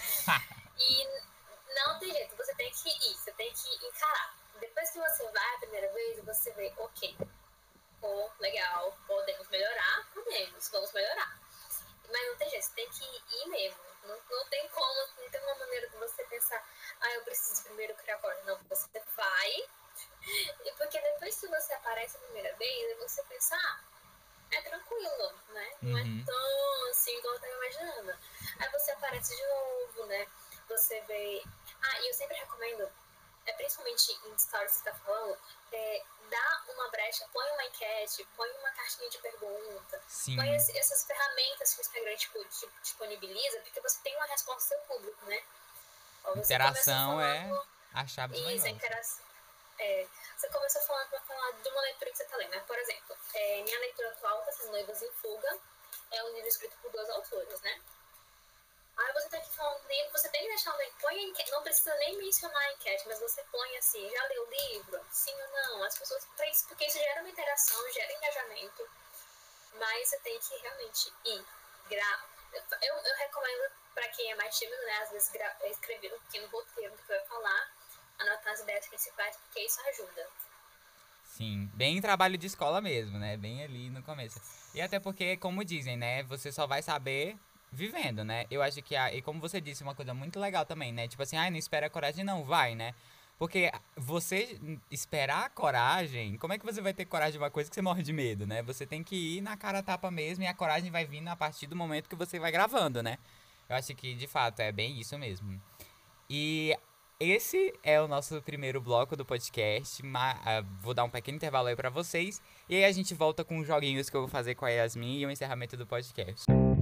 E não tem jeito, você tem que ir, você tem que encarar. Depois que você vai a primeira vez, você vê, ok, pô, legal, podemos melhorar, podemos, vamos melhorar. Mas não tem jeito, você tem que ir mesmo. Não, não tem como, não tem uma maneira de você pensar, ah, eu preciso primeiro criar coragem. Não, você vai. E porque depois que você aparece a primeira vez, você pensa, ah, é tranquilo, né? Não é Uhum. tão assim como eu tava imaginando. Aí você aparece de novo, né? Você vê. Ah, e eu sempre recomendo, é, principalmente em stories que você tá falando, é, dá uma brecha, põe uma enquete, põe uma caixinha de pergunta, põe Sim. esse, essas ferramentas que o Instagram tipo, te disponibiliza, porque você tem uma resposta do seu público, né? Ó, você começou Interação é falando. a chave do Isso, a negócio. interação. É, você começou falando para falar de uma leitura que você está lendo, né? Por exemplo, é, minha leitura atual está sendo Noivas em Fuga, é um livro escrito por duas autoras, né? Aí você tá aqui falando do livro, você tem que deixar o livro, põe a enquete, não precisa nem mencionar a enquete, mas você põe assim, já leu o livro? Sim ou não? As pessoas, porque isso gera uma interação, gera engajamento, mas você tem que realmente ir. Gra eu, eu recomendo para quem é mais tímido, né? Às vezes escrever um pequeno roteiro do que vai falar, anotar as ideias principais, porque isso ajuda. Sim, bem trabalho de escola mesmo, né? Bem ali no começo. E até porque, como dizem, né? Você só vai saber vivendo, né? Eu acho que, a, e como você disse, uma coisa muito legal também, né? Tipo assim, ai, não espera a coragem, não, vai, né? Porque você esperar a coragem, como é que você vai ter coragem de uma coisa que você morre de medo, né? Você tem que ir na cara a tapa mesmo e a coragem vai vindo a partir do momento que você vai gravando, né? Eu acho que, de fato, é bem isso mesmo. E esse é o nosso primeiro bloco do podcast. Ma- ah, vou dar um pequeno intervalo aí pra vocês. E aí a gente volta com os joguinhos que eu vou fazer com a Yasmin e o encerramento do podcast.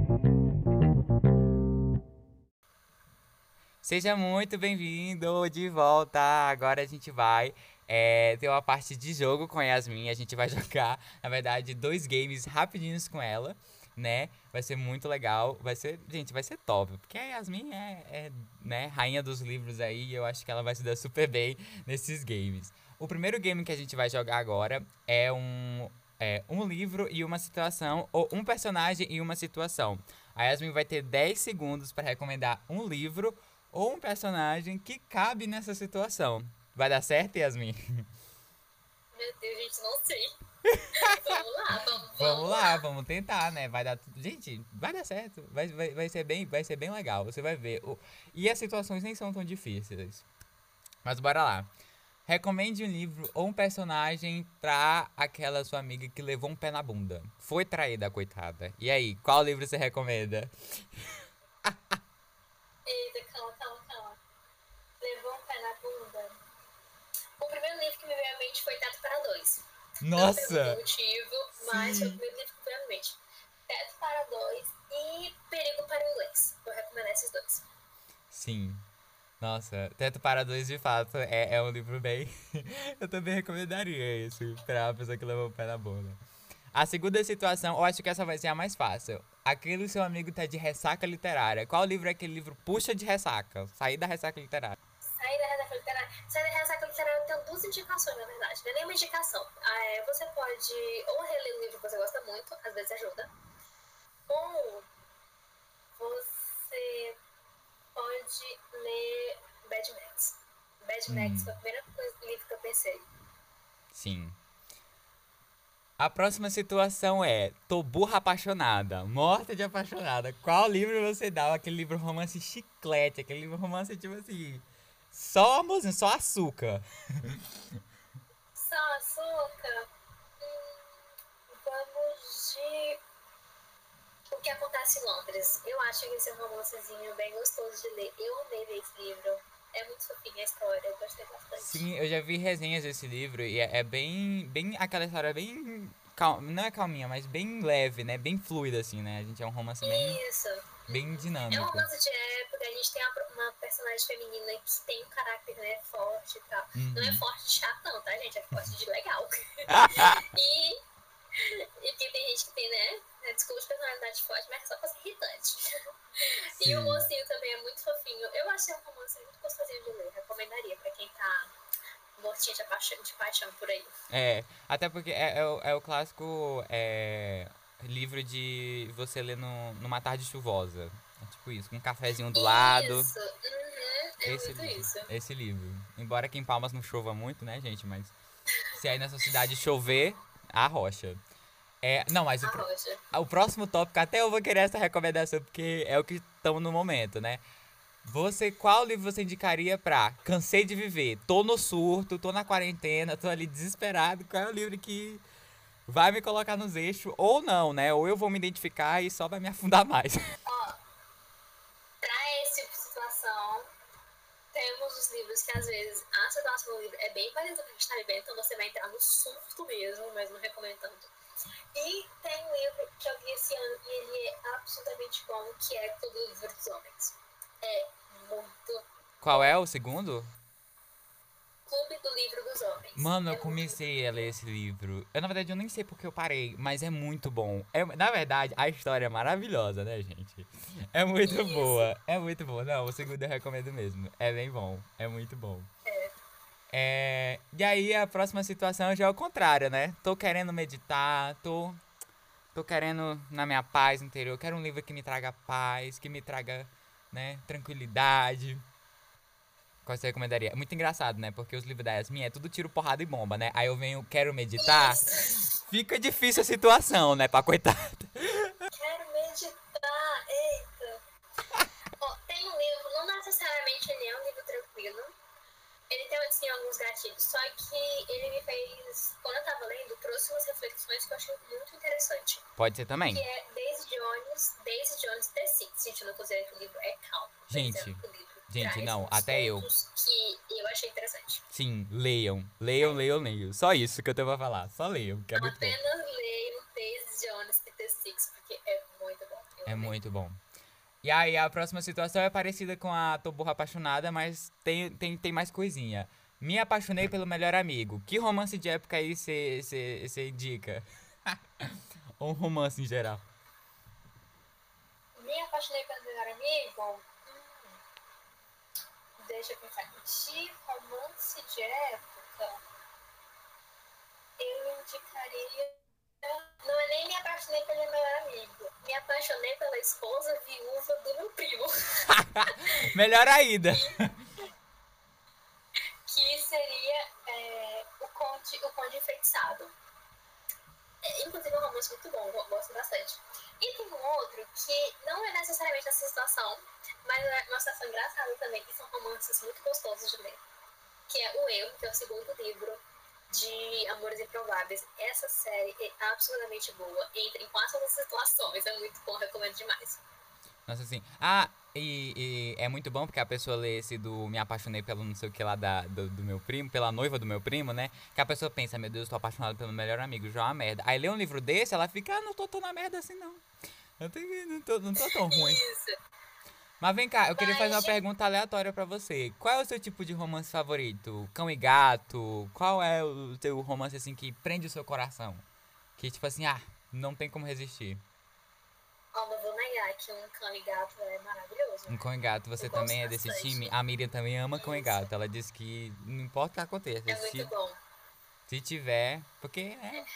Seja muito bem-vindo de volta. Agora a gente vai é, ter uma parte de jogo com a Yasmin. A gente vai jogar, na verdade, dois games rapidinhos com ela, né? Vai ser muito legal. Vai ser, gente, vai ser top. Porque a Yasmin é, é, né, rainha dos livros aí. E eu acho que ela vai se dar super bem nesses games. O primeiro game que a gente vai jogar agora é um, é, um livro e uma situação, ou um personagem e uma situação. A Yasmin vai ter dez segundos para recomendar um livro ou um personagem que cabe nessa situação. Vai dar certo, Yasmin? Meu Deus, gente, não sei. Vamos lá, vamos, Vamos vamos lá, lá. vamos tentar, né? Vai dar tudo. Gente, vai dar certo. Vai, vai, vai, ser bem, vai ser bem legal. Você vai ver. O- E as situações nem são tão difíceis. Mas bora lá. Recomende um livro ou um personagem pra aquela sua amiga que levou um pé na bunda. Foi traída, coitada. E aí, qual livro você recomenda? Eita, calma, calma, calma. Levou um pé na bunda. O primeiro livro que me veio à mente foi Teto para Dois. Não lembro do Nossa! motivo, mas foi o Sim! primeiro livro que veio à minha mente. Teto para Dois e Perigo para o Inglês. Vou recomendar esses dois. Sim. Nossa, Teto para Dois, de fato, é, é um livro bem. Eu também recomendaria esse pra pessoa que levou o pé na bunda. A segunda situação, eu acho que essa vai ser a mais fácil. Aquele seu amigo tá de ressaca literária. Qual livro é aquele livro puxa de ressaca? Sair da ressaca literária. Sair da ressaca literária. Sair da ressaca literária eu tenho duas indicações, na verdade. Não é nenhuma indicação. Ah, é, você pode ou reler um livro que você gosta muito, às vezes ajuda. Ou você pode ler Bad Max. Bad Max Hum, foi o primeiro livro que eu pensei. sim. A próxima situação é: tô burra apaixonada, morta de apaixonada. Qual livro você dá? Aquele livro romance chiclete, aquele livro romance tipo assim, só amorzinho, só açúcar. Só açúcar. Hum, vamos de O que Acontece em Londres. Eu acho que esse é um romancezinho bem gostoso de ler. Eu amei ler esse livro. É muito fofinha a história, eu gostei bastante. Sim, eu já vi resenhas desse livro e é, é bem, bem aquela história bem cal, não é calminha, mas bem leve, né? Bem fluida assim, né? A gente é um romance bem, Isso. bem Uhum. É um dinâmico. romance de época, a gente tem uma, uma personagem feminina que tem um caráter, né, forte e tal. Não é Uhum. forte de chatão, tá, gente? É forte de legal. e, e que tem gente que tem, né, desculpa de personalidade forte, mas é só pra ser irritante. E o Sim. mocinho também é muito fofinho. Eu achei um romance muito gostosinho de ler. Recomendaria pra quem tá mortinha de paixão, de paixão por aí. É, até porque é, é, o, é o clássico é, livro de você ler no, numa tarde chuvosa. É tipo isso, com um cafezinho do lado. Isso. Uhum. É Esse muito livro. isso. Esse livro. Embora aqui em Palmas não chova muito, né, gente? Mas se aí na sua cidade chover, a rocha. É, não, mas o, A pro- Rocha. o próximo tópico, até eu vou querer essa recomendação, porque é o que estamos no momento, né? Você, qual livro você indicaria pra cansei de viver? Tô no surto, tô na quarentena, tô ali desesperado. Qual é o livro que vai me colocar nos eixos? Ou não, né? Ou eu vou me identificar e só vai me afundar mais. Ó, pra esse tipo de situação, temos os livros que às vezes a situação do livro é bem parecida com o que a gente tá vivendo, então você vai entrar no surto mesmo, mas não recomendo tanto. E tem um livro que eu li esse ano e ele é absolutamente bom, que é Clube do Livro dos Homens. É muito Qual bom. é o segundo? Clube do Livro dos Homens. Mano, eu É muito, muito comecei a ler esse livro. Eu, na verdade, eu nem sei porque eu parei, mas é muito bom. É, na verdade, a história é maravilhosa, né, gente? É muito isso. boa. É muito boa. Não, o segundo eu recomendo mesmo. É bem bom. É muito bom. É. É, e aí, a próxima situação já é o contrário, né? Tô querendo meditar, tô, tô querendo na minha paz interior. Quero um livro que me traga paz, que me traga, né, tranquilidade. Qual você recomendaria? É muito engraçado, né? Porque os livros da Yasmin é tudo tiro, porrada e bomba, né? Aí eu venho, quero meditar. Isso. Fica difícil a situação, né? Pra coitada. Quero meditar. Eita. Ó, tem um livro, não necessariamente ele é um livro tranquilo. Ele tem, assim, alguns gatilhos, só que ele me fez, quando eu tava lendo, trouxe umas reflexões que eu achei muito interessante. Pode ser Que também. é Daisy Jones, Daisy Jones The Six. Gente, eu não considero que o livro é calmo, mas é Gente, que o livro gente, traz não, uns até eu. pontos que eu achei interessante. Sim, leiam. Leiam, leiam, leiam. Só isso que eu tenho pra falar. Só leiam, que é muito bom. Apenas leio Daisy Jones The Six, porque é muito bom. Eu É amei. muito bom. E aí, a próxima situação é parecida com a Tô Burra Apaixonada, mas tem, tem, tem mais coisinha. Me apaixonei pelo melhor amigo. Que romance de época aí você indica? Ou um romance em geral? Me apaixonei pelo melhor amigo. Hum, deixa eu pensar. De romance de época, eu indicaria. Não é nem me apaixonei pelo meu melhor amigo. Me apaixonei pela esposa viúva do meu primo. Melhor ainda. Que seria é, o, conde, o Conde Enfeitiçado. É, inclusive é um romance muito bom, eu gosto bastante. E tem um outro que não é necessariamente essa situação, mas é uma situação engraçada também, que são romances muito gostosos de ler. Que é O Erro, que é o segundo livro de Amores Improváveis. Essa série é absolutamente boa. Entra em quase todas as situações. É muito bom, recomendo demais. Nossa, assim. Ah, E, e é muito bom porque a pessoa lê esse do Me Apaixonei pelo não sei o que lá da, do, do meu primo, pela noiva do meu primo, né? Que a pessoa pensa, meu Deus, tô apaixonado pelo melhor amigo, já é uma merda. Aí lê um livro desse, ela fica, ah, não tô tão na merda assim não. Eu tenho, não, tô, não tô tão ruim. Isso. Mas vem cá, eu queria fazer Mas uma de pergunta aleatória pra você. Qual é o seu tipo de romance favorito? Cão e gato? Qual é o teu romance assim que prende o seu coração? Que tipo assim, ah, não tem como resistir. Ó, não vou negar que um cão e gato é maravilhoso, Um né? cão e gato, Eu você gosto também é desse time? bastante. A Miriam também ama cão e Isso. gato. Ela disse que não importa o que aconteça, É muito se, bom. se tiver, porque, né?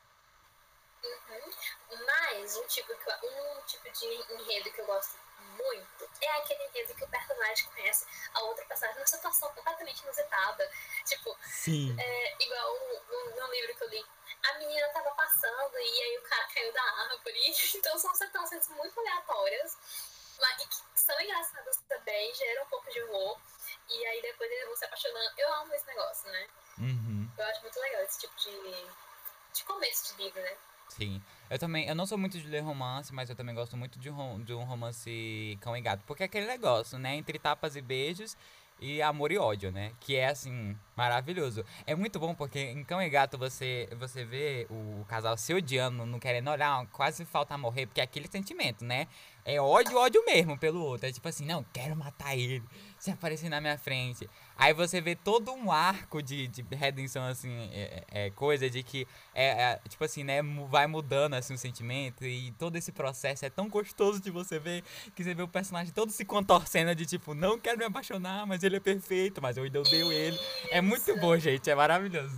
Uhum. Mas um tipo, que eu- um tipo de enredo que eu gosto muito é aquele enredo que o personagem conhece a outra personagem numa situação completamente inusitada. Tipo, Sim. é, igual no, no livro que eu li. A menina tava passando e aí o cara caiu da árvore. Então são situações muito aleatórias, mas e que são engraçadas também, geram um pouco de humor. E aí depois eles vão se apaixonando. Eu amo esse negócio, né? Uhum. Eu acho muito legal esse tipo de, de começo de livro, né? Sim. Eu também, eu não sou muito de ler romance, mas eu também gosto muito de, um, de um romance cão e gato. Porque é aquele negócio, né? Entre tapas e beijos e amor e ódio, né? Que é, assim, maravilhoso. É muito bom porque em cão e gato você, você vê o casal se odiando, não querendo olhar, quase falta morrer, porque é aquele sentimento, né? É ódio, ódio mesmo pelo outro. É tipo assim, não, quero matar ele. Se aparecer na minha frente. Aí você vê todo um arco de, de redenção, assim, é, é, é coisa de que é, é, tipo assim, né, mu- vai mudando assim o sentimento e todo esse processo é tão gostoso de você ver que você vê o personagem todo se contorcendo de tipo, não quero me apaixonar, mas ele é perfeito, mas eu ainda odeio ele. É muito Isso. bom, gente, é maravilhoso.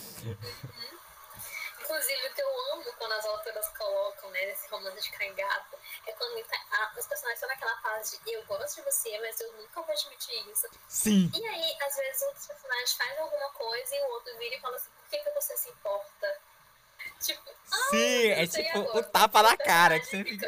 Inclusive, o que eu amo quando as autoras colocam, né, nesse romance de cangato, é quando tá, a, os personagens estão naquela fase de eu gosto de você, mas eu nunca vou admitir isso. Sim, E aí, às vezes, outros personagens fazem alguma coisa e o outro vira e fala assim, por que, que você se importa? Tipo, ai sim, meu é Deus, sei tipo o agora. tapa E o na cara que personagem você fica. fica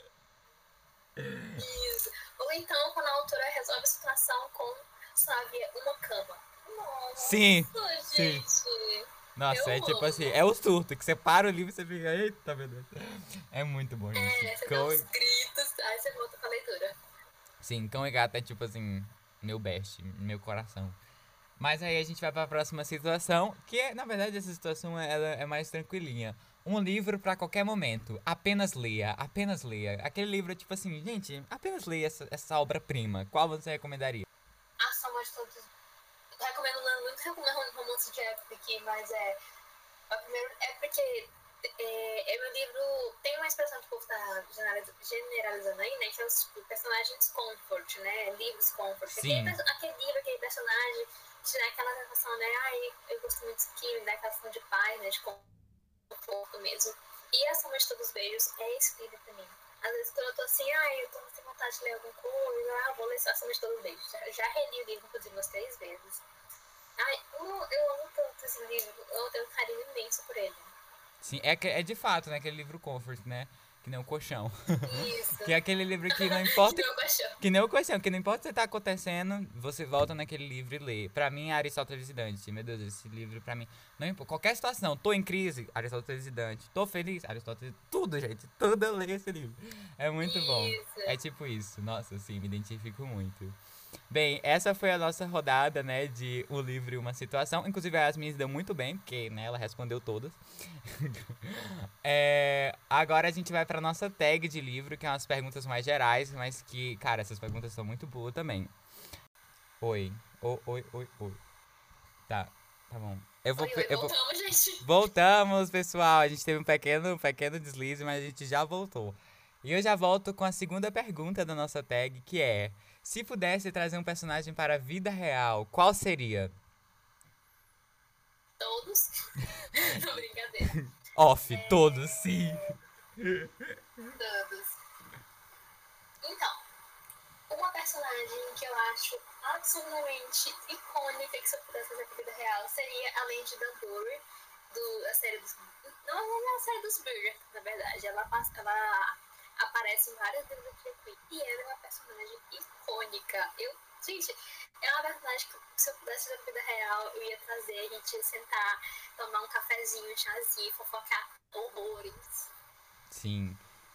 isso. Ou então, quando a autora resolve a situação com, sabe, uma cama. Sim, Nossa, sim. gente. Nossa, é Eu tipo assim, amo. é o surto, que você para o livro e você fica, eita, meu Deus. É muito bom, gente. É, você dá Cão uns e... gritos, aí você volta pra leitura. Sim, cão e gato é tipo assim, meu best, meu coração. Mas aí a gente vai para a próxima situação, que é, na verdade, essa situação ela é mais tranquilinha. Um livro para qualquer momento. Apenas leia, apenas leia. Aquele livro, tipo assim, gente, apenas leia essa, essa obra-prima. Qual você recomendaria? A Soma de Todos. Eu recomendo, não, muito recomendo um romance de época aqui, mas é. A primeira, é porque é, é meu livro. Tem uma expressão que o povo tá generalizando aí, né? Que é os personagens comfort, né? Livros comfort. Aquele, Sim, aquele livro, aquele personagem te dá aquela sensação, né? Ai, eu gosto muito disso aqui, me dá aquela sensação de paz, né? De conforto mesmo. E A Soma de Todos os Beijos é esse livro pra mim. Às vezes quando eu tô assim, ai, eu tô sem vontade de ler alguma coisa, ah, vou ler A Soma de Todos os Beijos. Já, já reli o livro, inclusive, umas três vezes. Ai, eu, eu amo tanto esse livro, eu tenho um carinho imenso por ele. sim. É, que- é de fato, né? Aquele livro comfort, né? Que nem o colchão. Isso. Que é aquele livro que não Que importa. não paixão. Que nem o colchão, que não importa o que tá acontecendo, você volta naquele livro e lê. Pra mim, é Aristóteles e Dante. Meu Deus, esse livro pra mim. Não importa. Qualquer situação, tô em crise, Aristóteles e Dante. Tô feliz, Aristóteles. Tudo, gente. Tudo eu leio esse livro. É muito bom. Isso. É tipo isso. Nossa, sim, me identifico muito. Bem, essa foi a nossa rodada, né, de um livro e uma situação. Inclusive, a Yasmin se deu muito bem, porque, né, ela respondeu todas. É, agora a gente vai pra nossa tag de livro, que é umas perguntas mais gerais, mas que, cara, essas perguntas são muito boas também. Oi. O, oi, oi, oi. Tá, tá bom. Eu vou, Oi, oi, eu vou. voltamos, gente. Voltamos, pessoal. A gente teve um pequeno, um pequeno deslize, mas a gente já voltou. E eu já volto com a segunda pergunta da nossa tag, que é: se pudesse trazer um personagem para a vida real, qual seria? Todos. Não, brincadeira. Off, todos, sim. É... Todos. Então, uma personagem que eu acho absolutamente icônica que se eu pudesse fazer pra vida real seria a Lady Danbury, do, da série dos... Não, não é a série dos Burger, na verdade. Ela, passa, ela aparece em várias vezes aqui aqui. E ela é uma personagem icônica. Eu, gente, é uma personagem que se eu pudesse fazer pra vida real, eu ia trazer, a gente ia sentar, tomar um cafezinho, um chazinho, fofocar horrores. Sim.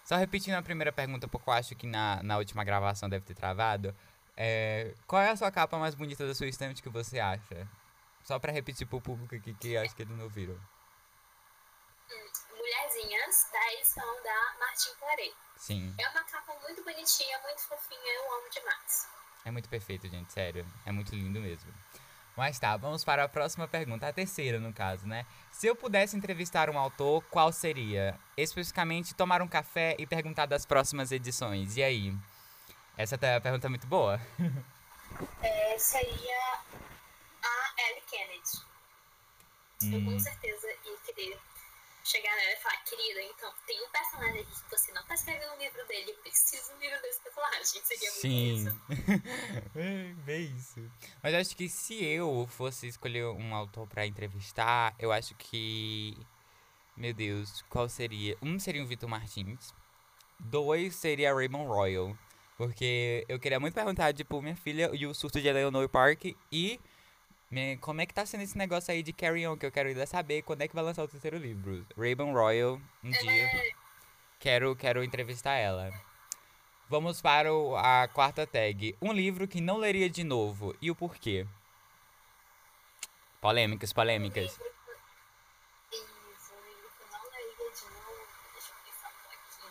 Só repetindo a primeira pergunta, porque eu acho que na, na última gravação deve ter travado. É, qual é a sua capa mais bonita da sua estante que você acha? Só pra repetir pro público aqui que acho que eles não ouviram. Hum, Mulherzinhas, da edição da Martin Claret. Sim. É uma capa muito bonitinha, muito fofinha, eu amo demais. É muito perfeito, gente, sério. É muito lindo mesmo. Mas tá, vamos para a próxima pergunta, a terceira no caso, né? Se eu pudesse entrevistar um autor, qual seria? Especificamente, tomar um café e perguntar das próximas edições. E aí? Essa é uma pergunta muito boa. É, seria a Ellie Kennedy. Hum. Eu com certeza ia querer chegar nela e falar, querida, então, tem um personagem aqui que você não tá escrevendo um livro dele, eu preciso um livro desse personagem. Seria muito Sim. isso. Bem isso. Mas eu acho que se eu fosse escolher um autor pra entrevistar, eu acho que... Meu Deus, qual seria? Um seria o Vitor Martins. Dois seria a Raymond Royal. Porque eu queria muito perguntar, tipo, minha filha e o surto de Eleanor Park e... Como é que tá sendo esse negócio aí de Carry On, que eu quero ainda saber quando é que vai lançar o terceiro livro. Raven Royal, um é... dia. Quero, quero entrevistar ela. Vamos para o, a quarta tag. Um livro que não leria de novo. E o porquê? Polêmicas, polêmicas. Um livro que... Isso, um livro que eu não leria de novo. Deixa eu pensar um pouquinho.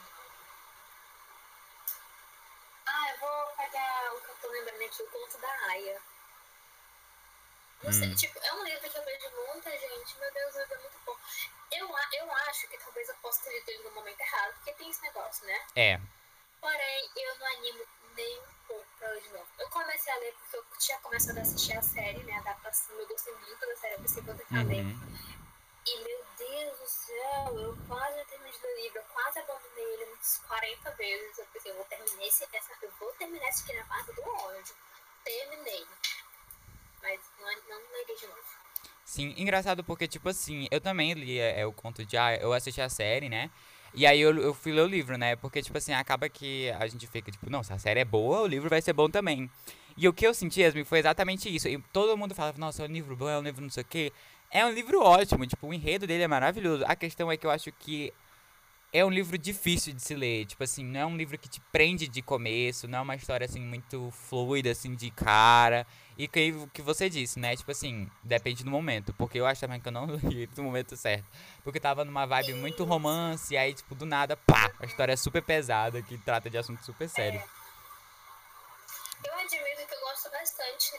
Ah, eu vou pegar o que eu tô lembrando aqui, o Conto da Aya. Não sei, hum. tipo, é um livro que eu vejo muita gente, meu Deus, o livro é muito bom. Eu, eu acho que talvez eu possa ter lido ele no momento errado, porque tem esse negócio, né? É. Porém, eu não animo nem um pouco pra ler de novo. Eu comecei a ler porque eu tinha começado a assistir a série, né? A adaptação, eu gostei muito da série, eu pensei que eu tentar ler. E, meu Deus do céu, eu quase terminei o livro, eu quase abandonei ele umas quarenta vezes. Eu pensei, eu vou terminar esse, essa, eu vou terminar esse aqui na parte do ódio. Terminei. Mas não, não leria de novo. Sim, engraçado porque, tipo assim, eu também li é, o conto de Aya, eu assisti a série, né? E aí eu, eu fui ler o livro, né? Porque, tipo assim, acaba que a gente fica, tipo, não, se a série é boa, o livro vai ser bom também. E o que eu senti, Yasmin, foi exatamente isso. E todo mundo fala, nossa, é um livro bom, é um livro não sei o quê. É um livro ótimo, tipo, o enredo dele é maravilhoso. A questão é que eu acho que é um livro difícil de se ler, tipo assim, não é um livro que te prende de começo, não é uma história, assim, muito fluida, assim, de cara. E que, que você disse, né, tipo assim, depende do momento, porque eu acho também que eu não li no momento certo. Porque tava numa vibe muito romance, e aí, tipo, do nada, pá, a história é super pesada, que trata de assunto super sério. É. Eu admito que eu gosto bastante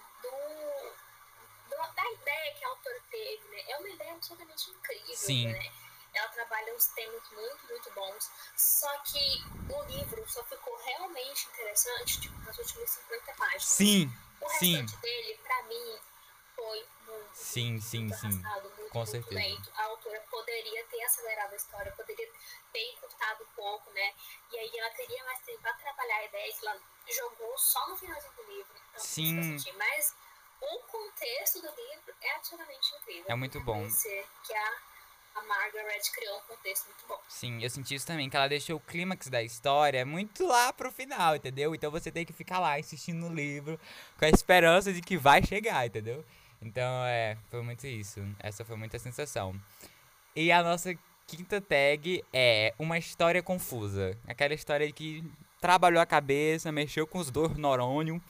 do, do, da ideia que a autora teve, né, é uma ideia absolutamente incrível, Sim. Né? Ela trabalha uns temas muito, muito bons. Só que o livro só ficou realmente interessante, tipo, nas últimas cinquenta páginas. Sim, o sim. restante dele, pra mim, foi muito, sim, muito, sim, muito sim. arrastado, muito, Com muito certeza. lento. A autora poderia ter acelerado a história, poderia ter encurtado um pouco, né? E aí ela teria mais tempo pra trabalhar a ideia que ela jogou só no finalzinho do livro. Então, sim. isso que eu senti. Mas o contexto do livro é absolutamente incrível. É muito bom. Que a A Margaret criou um contexto muito bom. Sim, eu senti isso também, que ela deixou o clímax da história muito lá pro final, entendeu? Então você tem que ficar lá assistindo o livro com a esperança de que vai chegar, entendeu? Então, é, foi muito isso. Essa foi muita sensação. E a nossa quinta tag é uma história confusa. Aquela história que trabalhou a cabeça, mexeu com os dois neurônios.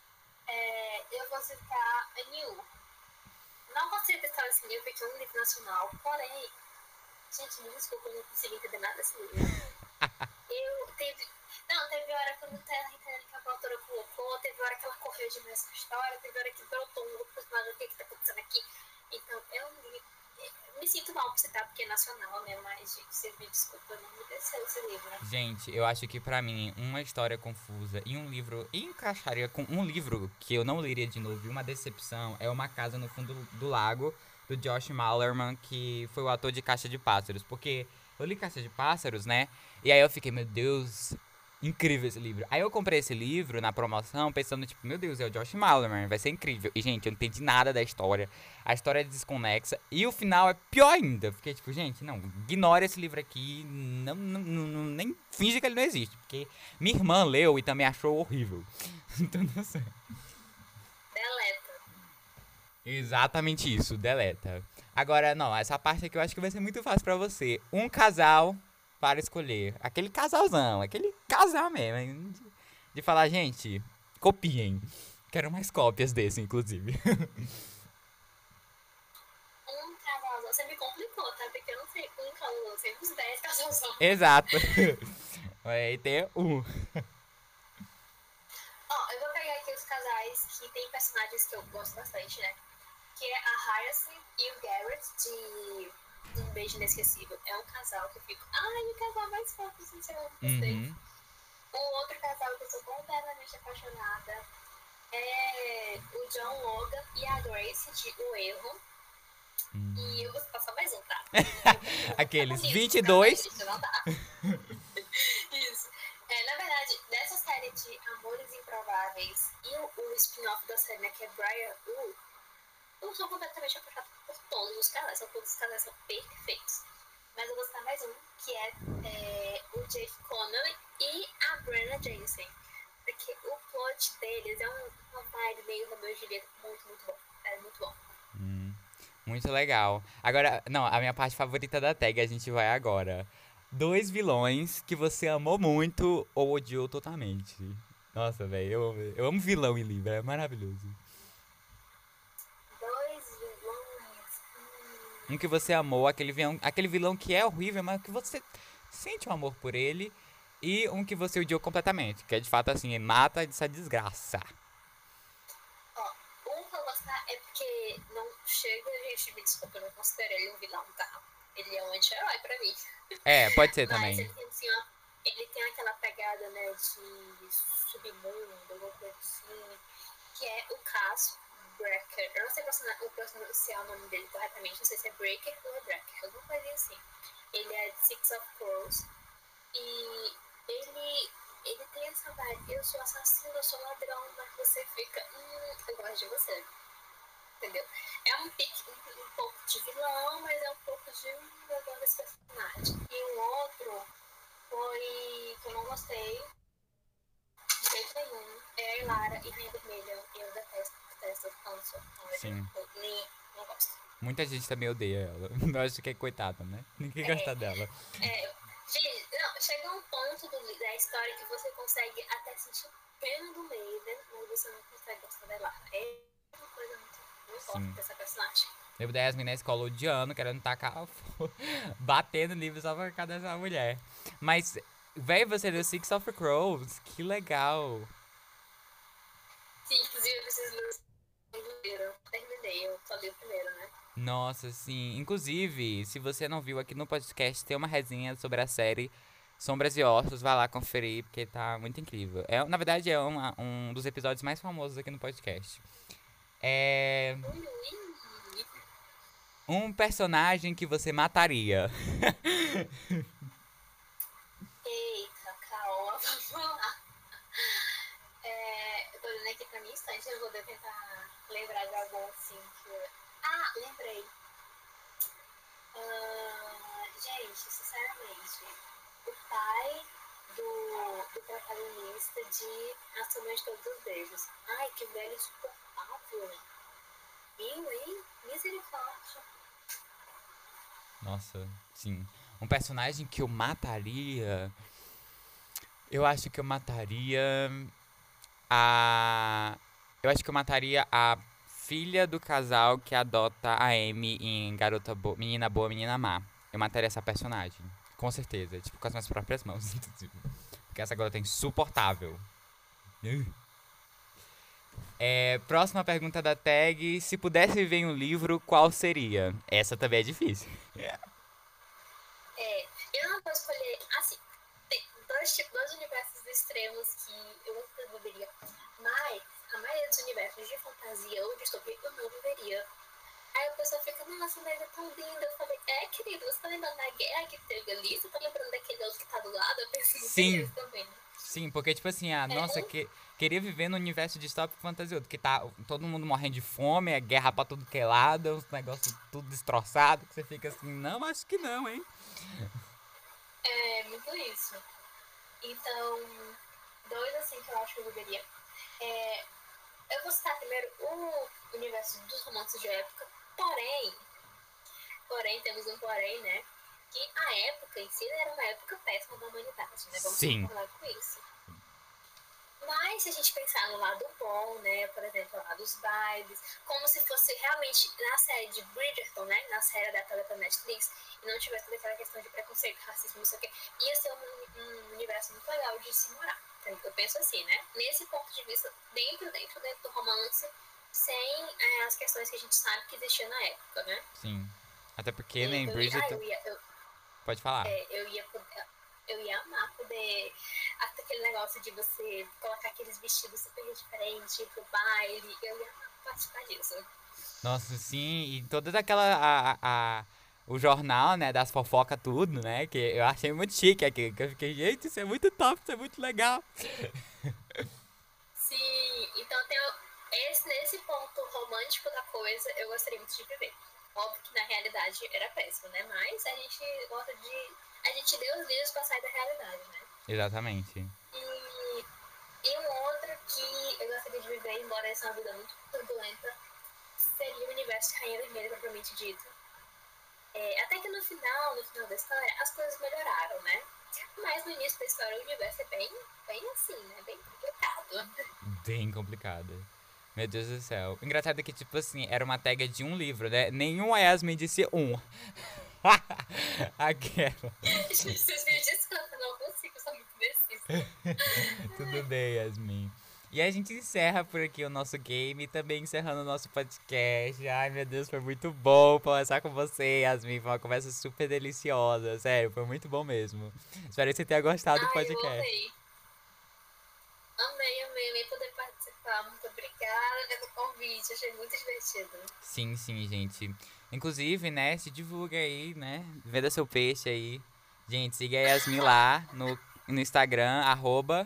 É, eu vou citar a New. Não consigo citar esse livro porque é um livro nacional, porém, gente, me desculpa, eu não consegui entender nada desse livro. eu teve. Não, teve hora que eu não estava entendendo que a autora colocou, teve hora que ela correu demais com a história, teve hora que brotou um outro personagem, o que está acontecendo aqui. Então, é um livro. Me sinto mal por citar porque é nacional, né? Mas, gente, vocês me desculpam, não me desceu esse livro. Gente, eu acho que pra mim, uma história confusa e um livro encaixaria com um livro que eu não leria de novo e uma decepção é Uma Casa no Fundo do Lago, do Josh Malerman, que foi o ator de Caixa de Pássaros. Porque eu li Caixa de Pássaros, né? E aí eu fiquei, meu Deus, incrível esse livro. Aí eu comprei esse livro na promoção pensando, tipo, meu Deus, é o Josh Malerman, vai ser incrível. E, gente, eu não entendi nada da história. A história é desconexa. E o final é pior ainda. Fiquei tipo, gente, não, ignora esse livro aqui. Não, não, não, nem finge que ele não existe. Porque minha irmã leu e também achou horrível. Então, não sei. Deleta. Exatamente isso, deleta. Agora, não, essa parte aqui eu acho que vai ser muito fácil pra você. Um casal para escolher. Aquele casalzão, aquele casal mesmo. De, de falar, gente, copiem. Quero mais cópias desse, inclusive. Um casalzão. Você me complicou, tá? Porque eu não sei um casalzão, sempre uns dez casalzão. Exato. Vai ter um. Ó, eu vou pegar aqui os casais que tem personagens que eu gosto bastante, né? Que é a Hyacinth e o Garrett de Um Beijo Inesquecível. É um casal que eu fico, ai, o casal mais fofo, sinceramente, gostei. Uhum. Um outro casal que eu sou completamente apaixonada é o John Logan e a Grace de O Erro. Hum. E eu vou passar mais um, tá? Aqueles vinte e dois. Não dá. Isso. É, na verdade, dessa série de Amores Improváveis e o, o spin-off da série, né, que é Briar Wood, eu sou completamente apaixonada por todos os casais. São todos os casais são perfeitos. Mas eu vou citar mais um, que é, é o Jake Connolly e a Brenna Jensen. Porque o plot deles é um, uma vibe meio Romeo e Julieta muito, muito bom. É muito bom. Hum, muito legal. Agora, não, a minha parte favorita da tag a gente vai agora. Dois vilões que você amou muito ou odiou totalmente. Nossa, velho, eu, eu amo vilão em livro, é maravilhoso. Dois vilões. Hum. Um que você amou, aquele vilão, aquele vilão que é horrível, mas que você sente um amor por ele. E um que você odiou completamente, que é de fato assim, mata essa desgraça. Ó, um que eu gostar é porque não chega, gente, me desculpa, eu não considero ele um vilão, tá? Ele é um anti-herói pra mim. É, pode ser Mas também. ele tem, assim, ó, ele tem aquela pegada, né, de submundo, alguma coisa assim, que é o caso Breaker. Eu não sei pronunciar o nome dele corretamente, não sei se é Breaker ou é Breaker, alguma coisa assim. Ele é de Six of Crows e ele, ele tem essa vibe, eu sou assassino, eu sou ladrão, mas você fica, hum, eu gosto de você. Entendeu? É um, pique, um, um pouco de vilão, mas é um pouco de um eu desse personagem. E um outro foi que eu não gostei de jeito nenhum. É a Ilara e Rainha Vermelha. Eu detesto, detesto, canso. Sim. Eu nem, não gosto. Muita gente também odeia ela. Eu acho que é coitada, né? Ninguém É, gosta dela. É, gente, não, chega um ponto do, da história que você consegue até sentir pena do Maven, mas você não consegue gostar dela. É uma coisa muito, muito forte dessa personagem. Lembro da Yasmin na escola odiando, querendo tacar, batendo livro só por causa dessa mulher. Mas, velho, você deu Six of Crows, que legal. Sim, inclusive eu preciso ler o primeiro. Eu terminei, eu só li o primeiro, né? Nossa, sim. Inclusive, se você não viu aqui no podcast, tem uma resenha sobre a série Sombras e Ossos. Vai lá conferir, porque tá muito incrível. É, na verdade, é uma, um dos episódios mais famosos aqui no podcast. É... Ui, ui. Um personagem que você mataria. Eita, calma, vamos lá. É, eu tô olhando aqui pra minha estante, eu vou tentar lembrar de algum assim que eu... Ah, lembrei. Uh, gente, sinceramente, o pai do, do protagonista de A Sombra de Todos os Beijos. Ai, que velho insuportável. Eu, hein? Misericórdia. Nossa, sim. Um personagem que eu mataria... Eu acho que eu mataria... A... Eu acho que eu mataria a filha do casal que adota a Amy em Garota Boa, Menina Boa, Menina Má. Eu mataria essa personagem. Com certeza. Tipo, com as minhas próprias mãos. Porque essa garota é insuportável. É, próxima pergunta da tag. Se pudesse viver em um livro, qual seria? Essa também é difícil. É, eu não vou escolher, assim, tem dois, tipos, dois universos extremos que eu nunca viveria, mas a maioria dos universos de fantasia ou distopia eu não viveria. Aí a pessoa fica, nossa, mas é tão linda. Eu falei, é, querido, você tá lembrando da guerra que teve ali? Você tá lembrando daquele outro que tá do lado? Eu pensei Sim. nisso também. Sim, porque, tipo assim, ah, É nossa, um- que, queria viver no universo distópico fantasioso, que tá todo mundo morrendo de fome, é guerra pra tudo que é lado, os negócios tudo destroçado, que você fica assim, não, acho que não, hein? É muito isso. Então, dois assim que eu acho que eu viveria. É, eu vou citar primeiro o universo dos romances de época, porém, porém, temos um porém, né? que a época em si era uma época péssima da humanidade, né? Vamos Sim. concordar com isso. Mas se a gente pensar no lado bom, né, por exemplo, lá dos bailes, como se fosse realmente na série de Bridgerton, né, na série adaptada pela Netflix, e não tivesse toda aquela questão de preconceito, racismo, não sei o quê, ia ser um, um universo muito legal de se morar. Então, eu penso assim, né, nesse ponto de vista, dentro, dentro, dentro do romance, sem é, as questões que a gente sabe que existiam na época, né. Sim. Até porque, né, em Então, ah, Bridgerton... eu ia, eu, Pode falar. é, eu ia poder, eu ia amar poder, até aquele negócio de você colocar aqueles vestidos super diferentes pro baile, eu ia amar participar disso. Nossa, sim, e toda daquela... A, a, o jornal, né, das fofocas, tudo, né, que eu achei muito chique aqui, que eu fiquei, gente, isso é muito top, isso é muito legal. Sim, então tem esse, nesse ponto romântico da coisa, eu gostaria muito de viver. Óbvio que na realidade era péssimo, né? Mas a gente gosta de. A gente deu os livros pra sair da realidade, né? Exatamente. E, e um outro que eu gostaria de viver, embora essa é uma vida muito turbulenta, seria o universo de Rainha Vermelha, propriamente dito. É, até que no final, no final da história, as coisas melhoraram, né? Mas no início da história o universo é bem, bem assim, né? Bem complicado. Bem complicada. Meu Deus do céu. O engraçado é que, tipo assim, era uma tag de um livro, né? Nenhum Yasmin disse um. Aquela. Vocês me desculpem, não consigo, eu sou muito indecisa. Tudo bem, Yasmin. E a gente encerra por aqui o nosso game, também encerrando o nosso podcast. Ai, meu Deus, foi muito bom conversar com você, Yasmin. Foi uma conversa super deliciosa, sério, foi muito bom mesmo. Espero que você tenha gostado do Ai, eu podcast. amei. Amei, amei, amei poder participar. Muito obrigada pelo convite, achei muito divertido. Sim, sim, gente. Inclusive, né, se divulga aí, né? Venda seu peixe aí. Gente, siga a Yasmin lá no, no Instagram, arroba.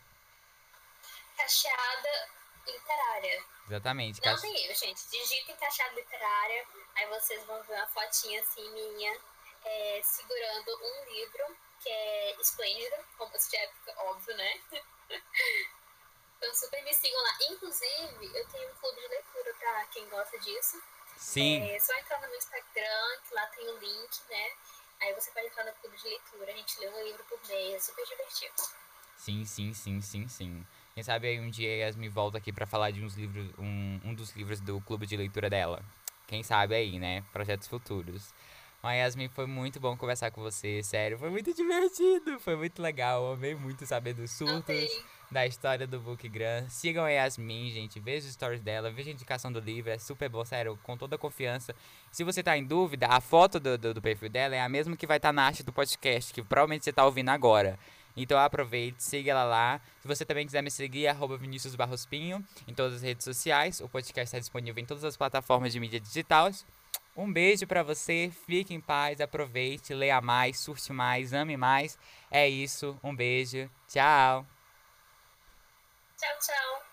Cacheada literária. Exatamente, Não Cas- tem erro, gente. Digitem cacheada literária, aí vocês vão ver uma fotinha assim minha, é, segurando um livro, que é Esplêndida, romance de época, óbvio, né? Então super me sigam lá. Inclusive, eu tenho um clube de leitura pra quem gosta disso. Sim, É só entrar no meu Instagram, que lá tem o link, né? Aí você pode entrar no clube de leitura, a gente lê um livro por mês, é super divertido. sim, sim, sim, sim, sim. Quem sabe aí um dia a Yasmin volta aqui pra falar de uns livros, um, um dos livros do clube de leitura dela. Quem sabe aí, né? Projetos futuros. Mas Yasmin, foi muito bom conversar com você, sério, foi muito divertido, foi muito legal, eu amei muito saber dos surtos, Amei. da história do Book Gran. Sigam a Yasmin, gente, veja os stories dela, veja a indicação do livro, é super bom, sério, com toda a confiança. Se você tá em dúvida, a foto do, do, do perfil dela é a mesma que vai estar tá na arte do podcast, que provavelmente você tá ouvindo agora. Então aproveite, siga ela lá. Se você também quiser me seguir, arroba Vinícius Barrospinho em todas as redes sociais. O podcast está disponível em todas as plataformas de mídia digitais. Um beijo pra você, fique em paz, aproveite, leia mais, surte mais, ame mais. É isso, um beijo, tchau! Tchau, tchau.